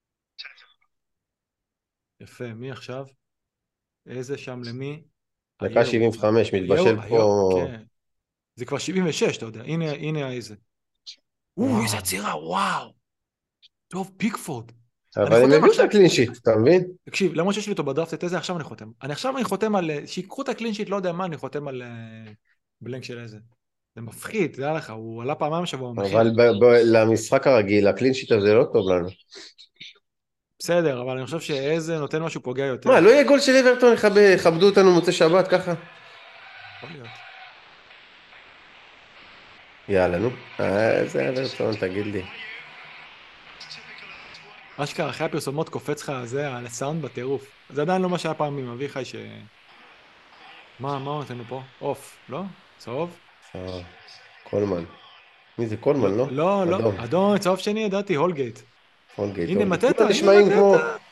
יפה, מי עכשיו? איזה שם למי? דקה 75, מתבשל פה... כן. זה כבר 76, אתה יודע. הנה איזה. איזה עצירה, וואו. טוב, פיקפורד. אבל הם הביאו את הקלינשיט, אתה מבין? תקשיב, למרות שיש לי אותו בדראפט את איזה, עכשיו אני חותם. עכשיו אני חותם על... שיקחו את הקלינשיט, לא יודע מה, אני חותם על בלנק של איזה. זה מפחיד, זה היה לך, הוא עלה פעמיים שבוע במחיר. אבל למשחק הרגיל, הקלינשיט הזה לא טוב לנו. בסדר, אבל אני חושב שאיזה נותן משהו פוגע יותר. מה, לא יהיה גול של אברטון, יכבדו אותנו מוצא שבת ככה? יכול להיות. יאללה, נו. איזה אברטון, תגיד לי. אשכרה, אחרי הפרסומות קופץ לך זה על הסאונד בטירוף. זה עדיין לא מה שהיה פעם עם אביחי ש... מה הוא נותן לו פה? אוף, לא? צהוב? קולמן. מי זה קולמן, לא? לא, אדום, צהוב שני ידעתי, הולגייט. הנה מטטה, נשמעים כמו...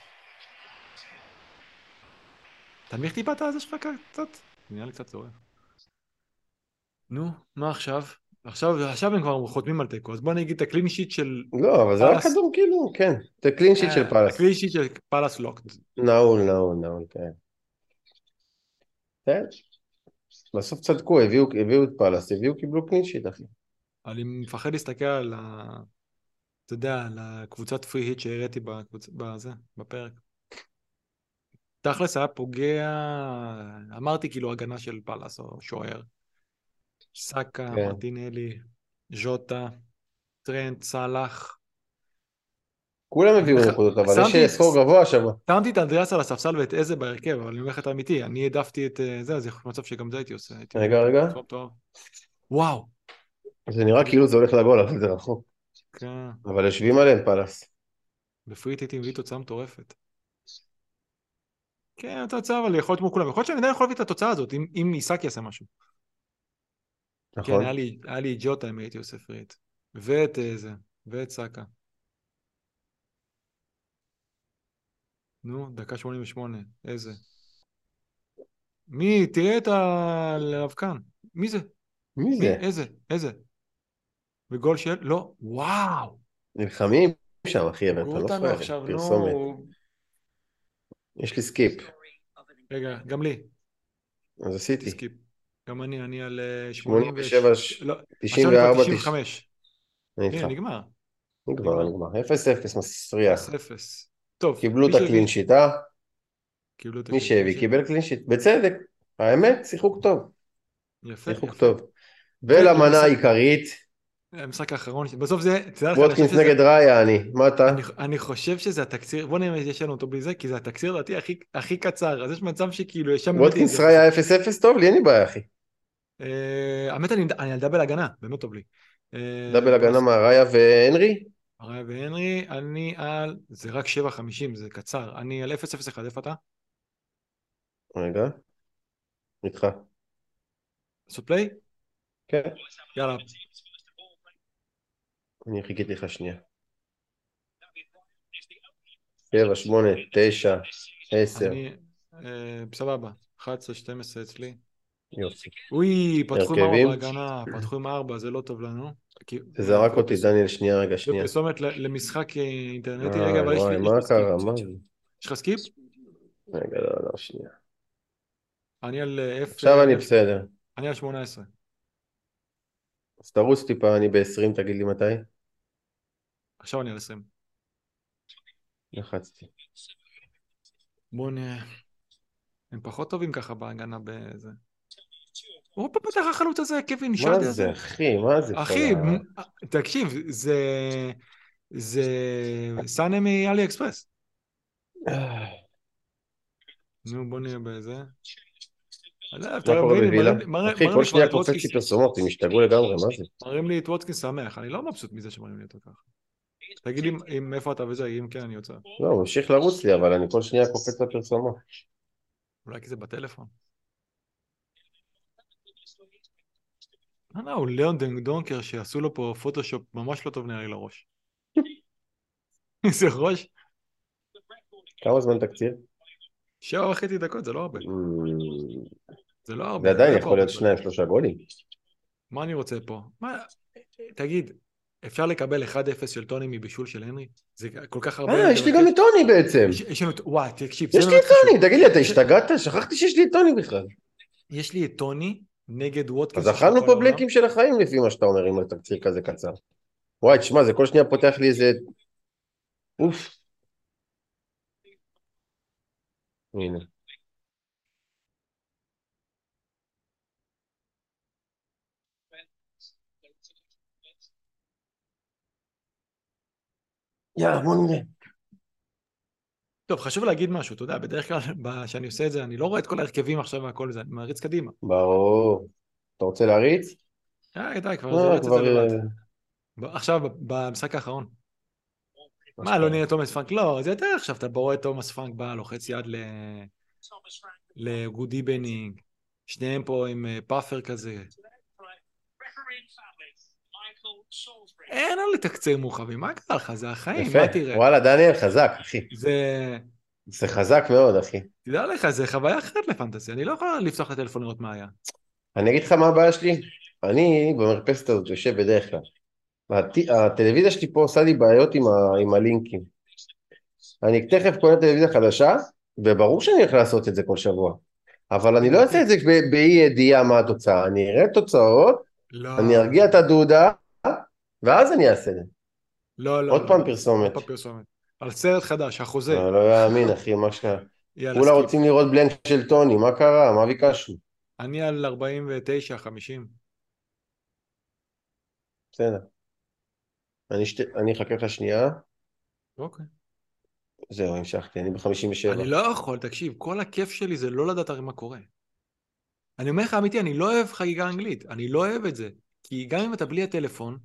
תנמיך טיפה את הזה שלך קצת? נראה לי קצת צורף. נו, מה עכשיו? עכשיו הם כבר חותמים על תיקו, אז בוא נגיד את הקלין שיט של לא, אבל זה רק פאלאס. אדום כאילו, כן. זה קלין שיט של פאלאס. הקלין שיט של פאלאס לוקד. נעול, כן. כן. בסוף צדקו, הביאו את פאלאס, קיבלו קלין שיט, אחי. אני מפחד להסתכל על אתה יודע, על הקבוצת פרי היט שהראיתי בפרק. תכלס היה פוגע, אמרתי כאילו הגנה של פאלאס או שוער. סאקה, כן. מרטינלי, ז'וטה, טרנט, סאלח. כולם הביאו נקודות, אבל יש סקור גבוה שם. שמתי את אנדריאס על הספסל ואת איזה בהרכב, אבל אני אומר לך את האמיתי, אני העדפתי את זה, אז יכול להיות מצב שגם זה הייתי עושה. רגע. וואו. זה נראה כאילו זה הולך לגול, אבל זה רחוק. כן. אבל יושבים עליהם פאלאס. בפריט הייתי מביא תוצאה מטורפת. כן, התוצאה, אבל יכול להיות כמו כולם. יכול להיות שאני עדיין יכול להביא את התוצאה הזאת, אם איסק יעשה משהו. נכון. כן, היה לי ג'וטה אם הייתי עושה פריט. ואת זה, ואת סאקה. נו, דקה 88, איזה. תראה את הלבקן. מי זה? מי זה? איזה? וגול של? לא, וואו. נלחמים שם, אחי, אבל אתה לא אותנו פראייר, עכשיו, פרסומת. נו. יש לי סקיפ. רגע, גם לי. אז עשיתי. סקיפ. גם אני על 87, 94, 94, 95. אני איתך. הנה, נגמר. נגמר. 0-0 מסריח. 0-0. טוב. קיבלו את הקלין שיט, אה? מי שהביא קיבל קלין שיט. בצדק. האמת, שיחוק טוב. יפה. שיחוק טוב. ולמנה העיקרית, המשחק האחרון, בסוף זה, ווטקינס נגד ראיה, מה אתה? אני חושב שזה התקציר, בוא נראה יש לנו אותו בלי זה, כי זה התקציר לדעתי הכי קצר, אז יש מצב שכאילו יש שם... ווטקינס ראיה 0-0 טוב לי, אין לי בעיה, אחי. האמת אני על דאבל הגנה, באמת טוב לי. דאבל הגנה מהראיה והנרי? ראיה והנרי, אני על, זה רק 7.50, זה קצר, אני על 0-0-1, איפה אתה? רגע, איתך. לעשות פליי? כן. יאללה. אני חיכיתי לך שנייה. 7, 8, 9, 10. בסבבה, 11, 12 אצלי. יופי. אוי, פתחו עם 4 הרכבים. בהגנה, פתחו עם 4, זה לא טוב לנו. תזרק אותי, דניאל, שנייה. זה פרסומת למשחק אינטרנטי, רגע, אבל וואי, מה קרה? מה? יש לך סקיפ? רגע, לא, שנייה. אני על עכשיו אני בסדר. אני על 18. אז תרוץ טיפה, אני ב-20, תגיד לי מתי. עכשיו אני על 20. לחצתי. בואו נראה. הם פחות טובים ככה בהגנה בזה. הוא פה פתח החלוץ הזה, קווין, נשאלתי על זה. מה זה, אחי? מה זה? אחי, תקשיב, זה סאנה מאלי אקספרס. נו, בוא נראה באיזה. מה קורה בווילה? אחי, כל שנייה קופץ לי פרסומות, הם השתגעו לגמרי, מה זה? מראים לי את וודקינס שמח, אני לא מבסוט מזה שמראים לי אותו ככה. תגיד לי אם איפה אתה וזה, אם כן אני יוצא. לא, הוא המשיך לרוץ לי, אבל אני כל שנייה קופץ לפרסומות. אולי כי זה בטלפון. הוא ליאון דונקר שעשו לו פה פוטושופ ממש לא טוב נראה לי לראש. איזה ראש? כמה זמן תקציר? 7.5 דקות, זה לא הרבה. זה לא הרבה. זה עדיין יכול להיות 2-3 גולים. מה אני רוצה פה? תגיד, אפשר לקבל 1-0 של טוני מבישול של הנרי? זה כל כך הרבה... יש לי גם את טוני בעצם. וואי, תקשיב. יש לי את טוני, תגיד לי, אתה השתגעת? שכחתי שיש לי את טוני בכלל. יש לי את טוני נגד וודקינס. אז אכלנו פה בלנקים של החיים לפי מה שאתה אומר, אם התקציר כזה קצר. וואי, תשמע, זה כל שנייה פותח לי איזה... אוף. הנה. יאללה, בוא נראה. טוב, חשוב להגיד משהו, אתה יודע, בדרך כלל כשאני עושה את זה, אני לא רואה את כל ההרכבים עכשיו והכל זה, אני מעריץ קדימה. ברור. אתה רוצה להריץ? די, כבר זה ריץ את זה לבד. עכשיו, במשחק האחרון. מה, לא נראה תומאס פרנק? לא, זה יותר עכשיו, אתה רואה תומאס פרנק בא, לוחץ יד לגודי בנינג, שניהם פה עם פאפר כזה. אין על לתקציר מורחבים, מה קרה לך? זה החיים, מה תראה? יפה, וואלה, דניאל חזק, אחי. זה חזק מאוד, אחי. תדע לך, זה חוויה אחרת לפנטסי, אני לא יכול לפתוח את הטלפון לראות מה היה. אני אגיד לך מה הבעיה שלי? אני במרפסת הזאת יושב בדרך כלל. הטלוויזיה שלי פה עושה לי בעיות עם הלינקים. אני תכף קונה טלוויזיה חדשה, וברור שאני הולך לעשות את זה כל שבוע. אבל אני לא אעשה את זה באי ידיעה מה התוצאה. אני אראה תוצאות, לא. אני ארגיע את הדודה, ואז אני אעשה את זה. לא. עוד פעם פרסומת. עוד פעם פרסומת. על סרט חדש, החוזה. לא יאמין, אחי, מה שקרה. יאללה, כולה סקיפ. רוצים לראות בלנק של טוני, מה קרה? מה ביקשנו? אני על 49, 50. בסדר. אני אחכה לך שנייה. אוקיי. זהו, המשכתי, אני ב-57. אני לא יכול, תקשיב, כל הכיף שלי זה לא לדעת הרי מה קורה. אני אומר לך אמיתי, אני לא אוהב חגיגה אנגלית, אני לא אוהב את זה. כי גם אם אתה בלי הטלפון,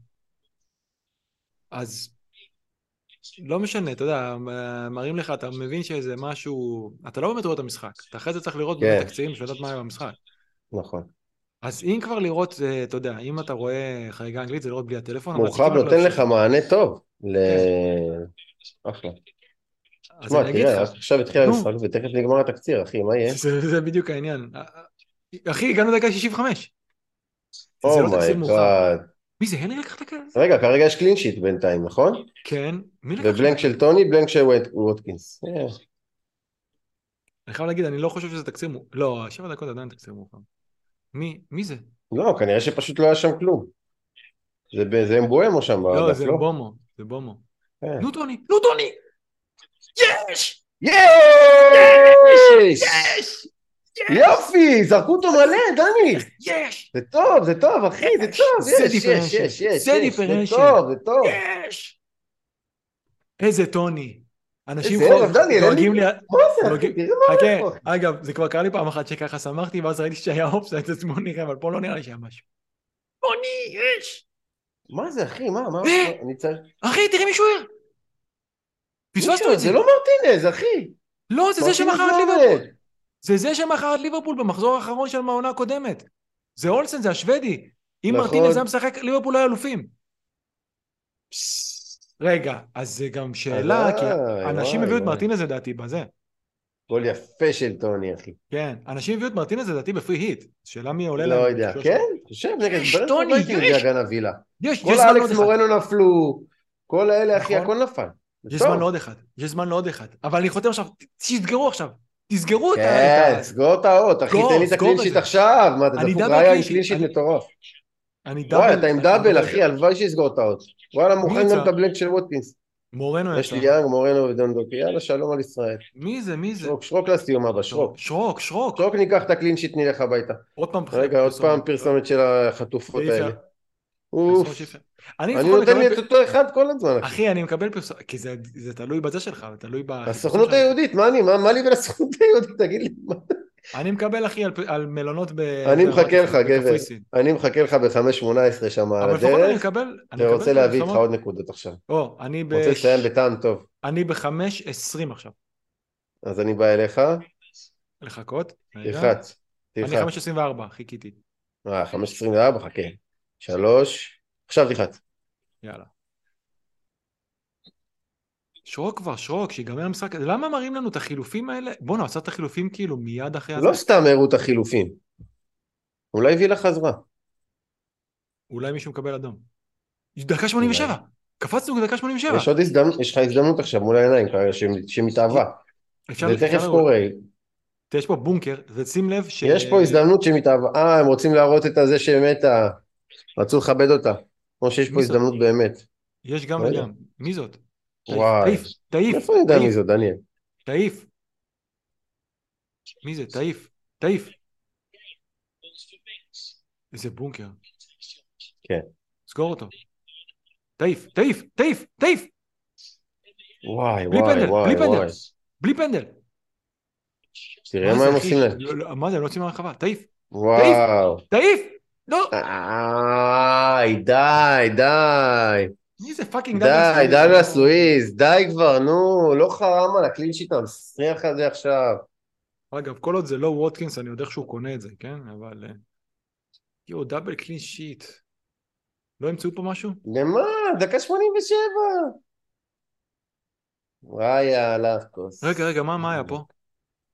אז לא משנה, אתה יודע, מראים לך, אתה מבין שזה משהו, אתה לא באמת רואה את המשחק, אתה אחרי זה צריך לראות באמת כן. תקצירים בשביל לדעת מה היה במשחק. נכון. אז אם כבר לראות, אתה יודע, אם אתה רואה חגיגה אנגלית, זה לראות בלי הטלפון, אבל זה מורחב כמעט לא נותן לך אפשרי. מענה טוב. כן. אחלה. אז תשמע, אני אגיד תראה, לך, עכשיו התחיל נו, המשחק ותכף נגמר התקציר, אחי, מה יהיה? זה בדיוק העניין. אחי, הגענו לדקה 65. זה לא תקציר מאוחר. אומייגאד. מי זה, הנרי לקח את הכזה? רגע, כרגע יש קלין שיט בינתיים, נכון? כן. מי לקח ובלנק שם? של טוני, בלנק של ווטקינס. אני חייב להגיד, אני לא חושב שזה תקציר מאוחר. לא, 7 דקות עדיין תקציר מאוחר. מי זה? לא, כנראה שפשוט לא היה שם כלום. זה אמבואמו שם לא, בדף, זה לא? בומו. זה בומו. כן. נו טוני! נו טוני! יש! יש! יש! יופי, זרקו אותו מלא, דני. יש! זה טוב, אחי, זה טוב. זה יש, דיפרנשל. יש. זה זה דיפרנשל. טוב, זה טוב. יש! איזה טוני. אנשים איזה ערב, דניאל, דואגים לי... מה זה, אחי? תראה מה חכה, הולך פה. אגב, זה כבר קרה לי פעם אחת שככה שמחתי, ואז ראיתי שהיה אופסייד, אז בוא נראה, אבל פה לא נראה לי שהיה משהו. טוני, יש! מה זה, אחי? מה? אני צריך... אחי, תראה מישהו ער! פספסנו את זה. זה לא מרטינז, אחי. לא, זה שמכר את מרטינז לא ליברפול. עומד. זה שמכר את ליברפול במחזור האחרון של העונה הקודמת. זה אולסן, זה השוודי. אם נכון. מרטינז היה משחק, ליברפול היה אלופים. רגע, אז זה גם שאלה, כי אנשים הביאו את מרטינז לדעתי בזה. גול יפה של טוני, אחי. כן, אנשים הביאו את מרטינז לדעתי בפרי היט. שאלה מי עולה לא להם. יודע, כן? חושב, נגד ברנפורד טוני, לא הייתי נגד הגנה וילה. יש כל זמן אלכס לעוד אחד. מורנו נפלו, כל האלה, אחי, נכון. הכל נפל. יש זמן לעוד אחד. אבל אני חותם עכשיו, תסגרו עכשיו. תסגרו את ה... כן, סגור את האות, אחי, תן לי את הקלינשיט עכשיו. מה, אתה דפוק ראיה עם קלינשיט מטורף. וואי, אתה עם דאבל, אחי, הלוואי שיסגור את האות. וואלה, מוכן גם את הבלנק של ווטקינס. מורנו יש לי יאנג, מורנו ודונדוקי, יאללה, שלום על ישראל. מי זה? שרוק לסיום הבא, שרוק. שרוק, ניקח את הקלינשיט, נלך הביתה. עוד פעם פרסומת של החטופות האלה. אני נותן לי את אותו אחד כל הזמן. אחי, אני מקבל פרסומת, כי זה תלוי בזה שלך, תלוי הסוכנות היהודית, מה לי ולסוכנות היהודית, תגיד לי. אני מקבל, אחי, על מלונות אני מחכה לך, גבר. אני מחכה לך ב-5.18 שם על הדרך. אבל לפחות אני מקבל... אתה רוצה להביא איתך עוד נקודות עכשיו. רוצה לסיים בטעם טוב. אני ב-5.20 עכשיו. אז אני בא אליך. לחכות? תלחץ. אני 5.24, חיכיתי. 5.24, חכה. 3. עכשיו תלחץ. יאללה. שרוק, שיגמר המשחק. למה מראים לנו את החילופים האלה? בוא נעשה את החילופים כאילו מיד אחרי הזה. לא סתם הראו את החילופים. אולי הביא לה חזרה. אולי מישהו מקבל אדום. דקה 87. קפצנו דקה 87. יש עוד הזדמנות, יש לך הזדמנות עכשיו מול העיניים כרגע שמתאהבה. זה תכף קורה. יש פה בונקר, ושים לב ש... יש פה הזדמנות שמתאהבה. הם רוצים להראות את הזה שבאמת רצו לכבד אותה. כמו שיש פה הזדמנות באמת. יש גם וגם. מי זאת? וואי. תעיף. איפה אני יודע מי זאת, דניאל? תעיף. מי זה? תעיף. איזה בונקר. כן. סגור אותו. תעיף. וואי. בלי פנדל. תראה מה הם עושים להם. מה זה? הם לא יוצאים מהרחבה. תעיף. וואו. תעיף. לא. די. מי זה פאקינג דאגלס לואיז, די כבר, נו, לא חרם על הקלינשיט המסריח הזה עכשיו. אגב, כל עוד זה לא ווטקינס, אני יודע שהוא קונה את זה, כן? אבל... דאבל קלינשיט. לא ימצאו פה משהו? למה? דקה 87. וואי, הלך כוס. רגע, מה היה פה?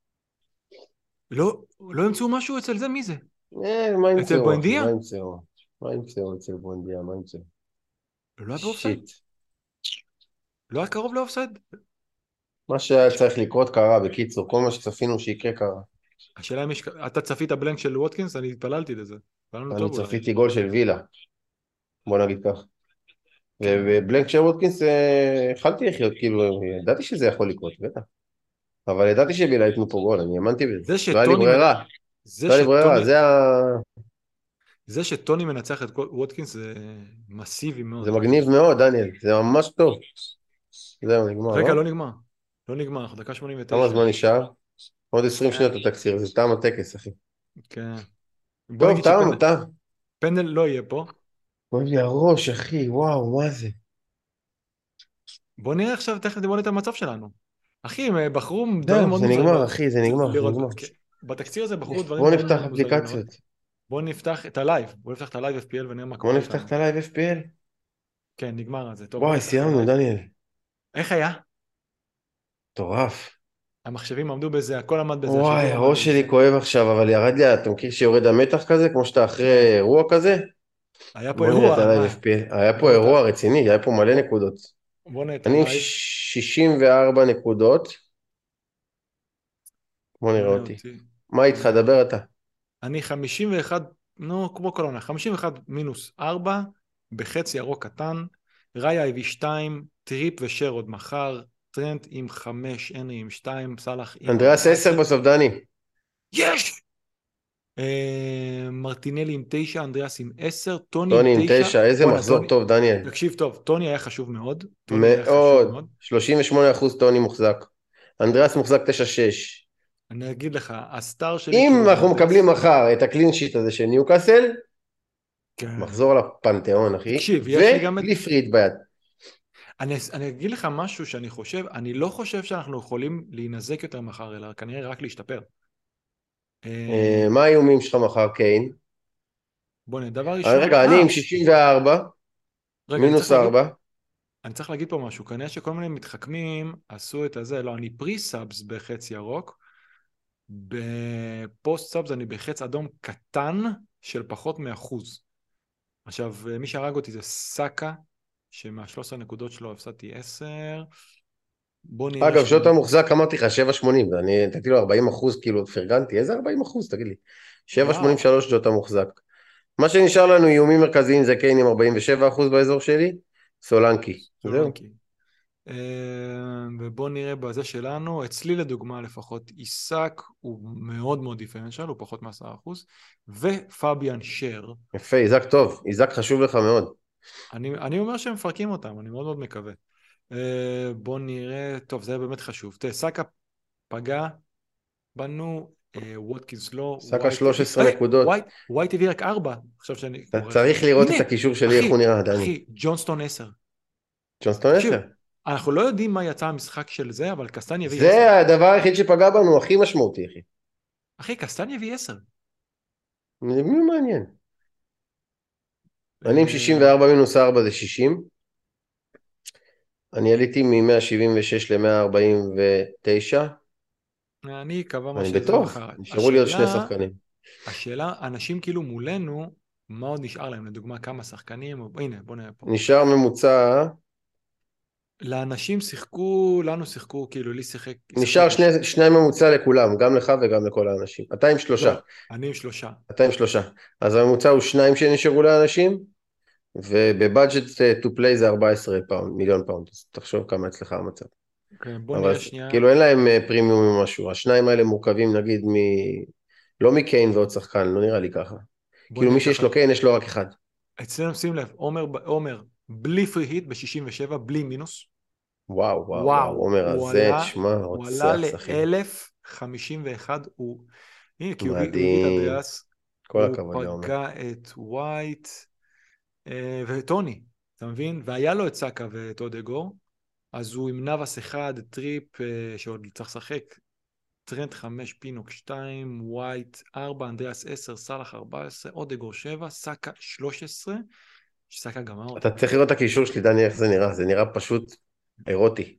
לא ימצאו משהו אצל זה? מי זה? מה ימצאו? אצל בואנדיה? מה ימצאו אצל בונדיה? מה ימצאו? לא היה באופסייד? שיט. לא היה קרוב לאופסייד? מה שהיה צריך לקרות קרה, בקיצור, כל מה שצפינו שיקרה קרה. השאלה אם אתה צפית בלנק של ווטקינס? אני התפללתי לזה. התפללנו אני טוב אולי. צפיתי גול של וילה, בוא נגיד כך. כן. ובלנק של ווטקינס יכלתי לחיות, כאילו, ידעתי שזה יכול לקרות, בטח. אבל ידעתי שווילה ייתנו פה גול, אני האמנתי בזה. זה לא היה לי שטוני ברירה, זה לא היה לי ברירה, שטוני זה זה שטוני מנצח את ווטקינס זה מסיבי מאוד. זה מגניב מאוד, דניאל, זה ממש טוב. זהו, נגמר, רגע, לא? לא נגמר. לא נגמר, אנחנו דקה כמה 89. זמן נשאר? עוד 20 שניות התקציר, זה טעם הטקס, אחי. כן. בוא טוב, נגיד טעם, טעם. שפנדל לא יהיה פה. כואב לי הראש, אחי, וואו, מה זה? בוא נראה עכשיו, תכף בוא נראה את המצב שלנו. אחי, הם בחרו דברים זהו, מאוד זה מוזרים. נגמר, אחי, זה נגמר, זה לראות, נגמר. כן. בתקציר הזה בחרו דברים בוא מאוד נפתח מאוד מוזרים לראות. אפליקציות. בוא נפתח את הלייב. בוא נפתח את הלייב FPL ונראה מה בוא קורה נפתח איתנו. את הלייב FPL. כן, נגמר על זה. טוב, בוא וואי, נפתח את סיימנו, הלייב. דניאל. איך היה? מטורף. המחשבים עמדו בזה, הכל עמד בזה, וואי, השידור עמד הראש בזה. שלי כואב עכשיו, אבל ירד לי, אתה מכיר שיורד המתח כזה, כמו שאתה אחרי כן. אירוע כזה? היה פה בוא נראה את אירוע, הלייב מה? FPL. היה פה בוא אירוע רציני, היה פה מלא נקודות. נראה את אני עם הלייב. 64 נקודות. בוא בוא נראה נראה אותי. אותי. מה איתך? דבר אתה. אני 51, נו, כמו כל עונה, 51 מינוס 4, בחצי ירוק קטן, ראיה הביא 2, טריפ ושר עוד מחר, טרנט עם 5, הנרי עם 2, סלאח עם אנדריאס 10 14. בסוף, דני. יש! מרטינלי עם 9, אנדריאס עם 10, טוני עם טוני עם 9. 9, איזה בואנה, מחזור טוני, טוב, דניאל. תקשיב טוב, טוני היה חשוב מאוד, טוני היה חשוב מאוד. מאוד. 38% טוני מוחזק. אנדריאס מוחזק 9-6. אני אגיד לך, הסטאר שלי אם כאילו אנחנו מאבד. מקבלים מחר את הקלין שיט הזה של ניוקאסל, כן. מחזור לפנתיאון, אחי, תקשיב, יש לי גם את... ובלי פריד ביד. אני אגיד לך משהו שאני חושב, אני לא חושב שאנחנו יכולים להינזק יותר מחר, אלא כנראה רק להשתפר. מה האיומים שלך מחר, קיין? בוא נראה, דבר ראשון, רגע, אני עם 64, רגע, מינוס 4. אני צריך להגיד פה משהו, כנראה שכל מיני מתחכמים עשו את הזה, לא, אני פרי-סאבס בחץ ירוק, בפוסט-סאבס אני בחץ אדום קטן של פחות מאחוז. עכשיו, מי שהרג אותי זה סאקה, שמה-13 נקודות שלו הפסדתי 10. בוא נראה אגב, שאתה מוחזק, אמרתי לך, 7.80, ואני נתתי לו 40%, כאילו, פרגנתי, איזה 40%, תגיד לי? 7.83 שאתה מוחזק. מה שנשאר לנו, איומים מרכזיים, זה קיין עם 47% באזור שלי, סולנקי. זהו. ובוא נראה בזה שלנו, אצלי לדוגמה לפחות, עיסק הוא מאוד מאוד דיפרנציאל, הוא פחות מ10%, ופביאן שר. יפה, איזק טוב, איזק חשוב לך מאוד. אני אומר שהם מפרקים אותם, אני מאוד מאוד מקווה. בוא נראה, טוב, זה באמת חשוב. סאקה פגע בנו, ווטקינס לא, סאקה 13 נקודות. ווייט הביא רק 4, עכשיו שאני... אתה צריך לראות את הקישור שלי, איך הוא נראה, דני. אחי, ג'ונסטון 10. ג'ונסטון 10? אנחנו לא יודעים מה יצא המשחק של זה, אבל קסטני הביא 10. זה הדבר היחיד שפגע בנו, הכי משמעותי, אחי. אחי, קסטני הביא 10. מי מעניין? אני עם 64 מינוס 4 זה 60. אני עליתי מ-176 ל-149. אני קבע מה אני שזה בטוב, מחר. נשארו לי עוד שני שחקנים. השאלה, אנשים כאילו מולנו, מה עוד נשאר להם? לדוגמה, כמה שחקנים? הנה, בוא נראה פה. נשאר ממוצע... לאנשים שיחקו, לנו שיחקו, כאילו לי שיחק... נשאר שני ממוצע לכולם, גם לך וגם לכל האנשים. אתה עם 3. לא, אני עם 3. אתה עם 3. אז הממוצע הוא 2 שנשארו לאנשים, ובבאג'ט to play זה 14 מיליון פאונד. אז תחשוב כמה אצלך המצב. בוא נראה שנייה. כאילו אין להם פרימיום או משהו. השניים האלה מורכבים נגיד לא מקיין ועוד שחקן, לא נראה לי ככה. כאילו מי שיש לו קיין יש לו רק אחד. אצלנו שים לב, עומר בלי פרי היט ב-67, בלי מינוס. וואו, עומר הזה, תשמע, רוצח שחים. ל-1051, הנה, כי הוא הביא את מדהים. אנדריאס, כל הכבוד הוא פגע את ווייט וטוני, אתה מבין? והיה לו את סאקה ואת אודגור, אז הוא עם נאבס 1, טריפ שעוד צריך לשחק, טרנט 5, פינוק 2, ווייט 4, אנדריאס 10, סלאח 14, אודגור 7, סאקה 13, שסאקה גמר אותה. אתה צריך לראות את הקישור שלי, דני, איך זה נראה, זה נראה פשוט אירוטי.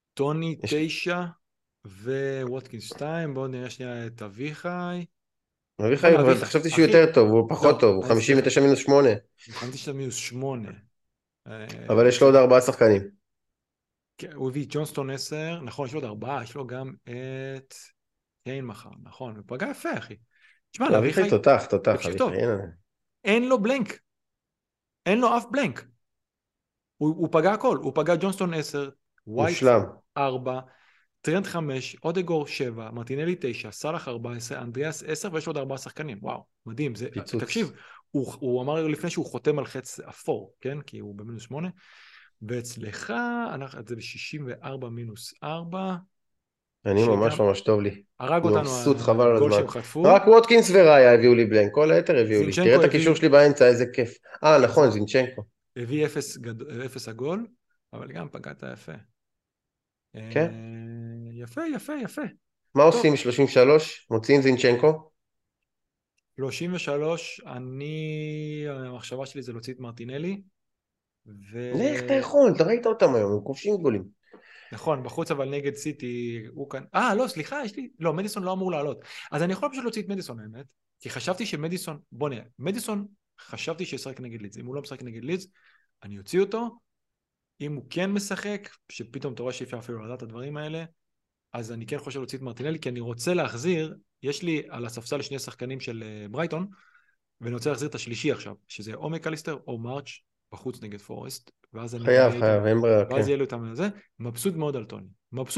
טוני 9 וווטקינס 2, בואו נראה שנייה את אביחי. אביחי, אבל חשבתי שהוא יותר טוב, הוא פחות טוב, הוא 59 מינוס 8. הוא 59 מינוס 8. אבל יש לו עוד 4 שחקנים. הוא הביא ג'ונסטון 10, נכון, יש לו עוד 4, יש לו גם את קיין מחר, נכון, הוא פגע יפה, אחי. תשמע, אביחי תותח, אביחי, אין לו בלנק, אין לו אף בלנק. הוא פגע הכל, הוא פגע ג'ונסטון 10, ווייט 4, טרנד 5, אודגור 7, מרטינלי 9, סלאח 14, אנדריאס 10, ויש עוד 4 שחקנים. וואו, מדהים. תקשיב, הוא אמר לפני שהוא חותם על חץ אפור, כן? כי הוא במינוס 8, ואצלך, זה ב-64 מינוס 4. אני ממש טוב לי. הרג אותנו הגול שהם חטפו. רק ווטקינס וראיה הביאו לי בלנק, כל היתר הביאו לי. תראה את הקישור שלי באמצע, איזה כיף. נכון, זינצ'נקו. הביא 0 הגול, אבל גם פגעת יפה. כן. יפה. מה עושים 33? מוציאים זינצ'נקו? 33, המחשבה שלי זה להוציא את מרטינלי. איך אתה יכול? אתה ראית אותם היום, הם כובשים גולים. נכון, בחוץ אבל נגד סיטי הוא כאן. לא, סליחה, לא, מדיסון לא אמור לעלות. אז אני יכול פשוט להוציא את מדיסון, האמת. כי חשבתי שמדיסון, בוא נראה, מדיסון חשבתי שישחק נגד לידס. אם הוא לא משחק נגד לידס, אני אוציא אותו. אם הוא כן משחק, שפתאום אתה רואה שאי אפשר אפילו לדעת את הדברים האלה, אז אני כן חושב להוציא את מרטינלי, כי אני רוצה להחזיר, יש לי על הספסל 2 שחקנים של ברייטון, ואני רוצה להחזיר את השלישי עכשיו, שזה או מקליסטר או מרץ' בחוץ נגד פורסט, ואז אני... חייב, אין ברירה, ואז יהיה לי אותם לזה, מבסוט מאוד על טוני.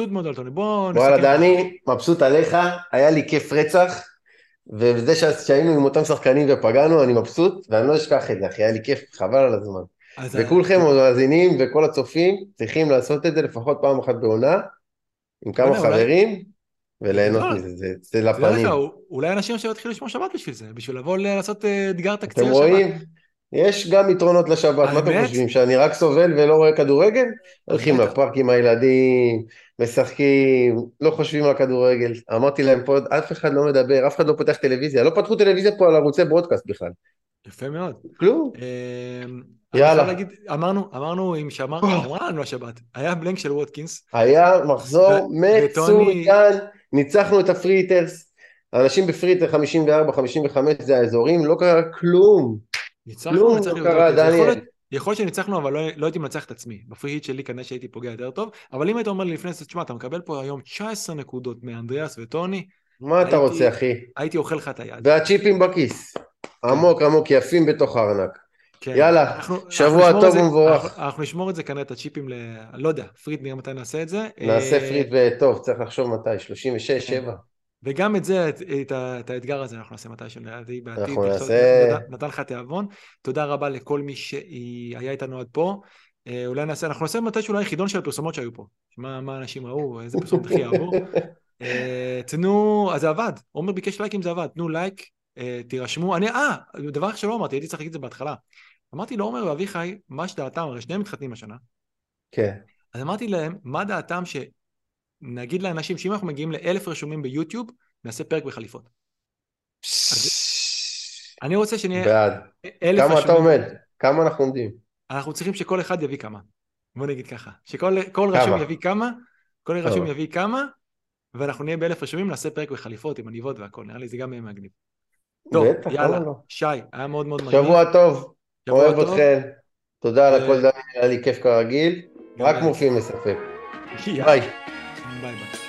בוא נסכם. וואלה, דני, מבסוט עליך, היה לי כיף רצח, וזה שהיינו עם אותם שחקנים ופגענו, אני מבסוט, ואני לא אשכח את זה, אחי, היה לי כיף, חבל על הזמן. וכולכם המאזינים וכל הצופים צריכים לעשות את זה לפחות פעם אחת בעונה, עם כמה חברים, וליהנות מזה, זה לפנים. אולי אנשים שיתחילו לשמוע שבת בשביל זה, בשביל לבוא לעשות אתגר תקציר השבת. אתם רואים? יש גם יתרונות לשבת, מה אתם חושבים? שאני רק סובל ולא רואה כדורגל? הולכים לפארק עם הילדים, משחקים, לא חושבים על כדורגל. אמרתי להם פה, אף אחד לא מדבר, אף אחד לא פותח טלוויזיה, לא פתחו טלוויזיה פה על ערוצי ברודקאסט בכלל. יפה מאוד. כלום. יאללה. אמרנו אמרנו השבת, היה בלנק של ווטקינס. היה מחזור מצוין, ניצחנו את הפריטרס, האנשים בפריטר 54, 55 זה האזורים, לא קרה כלום. ניצחנו, לא קרה, דניאל. יכול להיות שניצחנו, אבל לא הייתי מנצח את עצמי. בפריט שלי כנראה שהייתי פוגע יותר טוב, אבל אם היית אומר לי לפני זה, תשמע, אתה מקבל פה היום 19 נקודות מאנדריאס וטוני. מה אתה רוצה, אחי? הייתי אוכל לך את היד. והצ'יפים בכיס. עמוק, יפים בתוך הארנק. יאללה, שבוע טוב ומבורך. אנחנו נשמור את זה כנראה, את הצ'יפים לא יודע, פריט נראה מתי נעשה את זה. נעשה פריט וטוב, צריך לחשוב מתי, 36, 7. וגם את זה, את האתגר הזה אנחנו נעשה מתי שנעדי בעתיד. אנחנו נעשה... נתן לך תיאבון. תודה רבה לכל מי שהיה איתנו עד פה. אולי נעשה, אנחנו נעשה מתי שאולי חידון של הפרסומות שהיו פה. מה אנשים ראו, איזה פרסומות הכי אהבו. תנו, אז זה עבד. עומר ביקש לייקים, זה עבד. תנו לייק, תירשמו. דבר שלא אמרתי, הייתי צריך להגיד את זה בהתחלה. אמרתי לעומר ואביחי, מה שדעתם, הרי שניהם מתחתנים השנה. כן. אז אמרתי להם, מה דעתם נגיד לאנשים שאם אנחנו מגיעים ל1,000 רשומים ביוטיוב, נעשה פרק בחליפות. אני רוצה שנהיה... בעד. כמה אתה עומד? כמה אנחנו עומדים? אנחנו צריכים שכל אחד יביא כמה. בוא נגיד ככה. שכל רשום יביא כמה, כל רשום יביא כמה, ואנחנו נהיה ב1,000 רשומים, נעשה פרק בחליפות עם עניבות והכל. נראה לי זה גם מגניב. טוב, יאללה. שי, היה מאוד מאוד מגניב. שבוע טוב. אוהב אתכם. תודה על הכל דני, היה לי כיף כרגיל. רק מופיעים מספק. ביי. ביי ביי.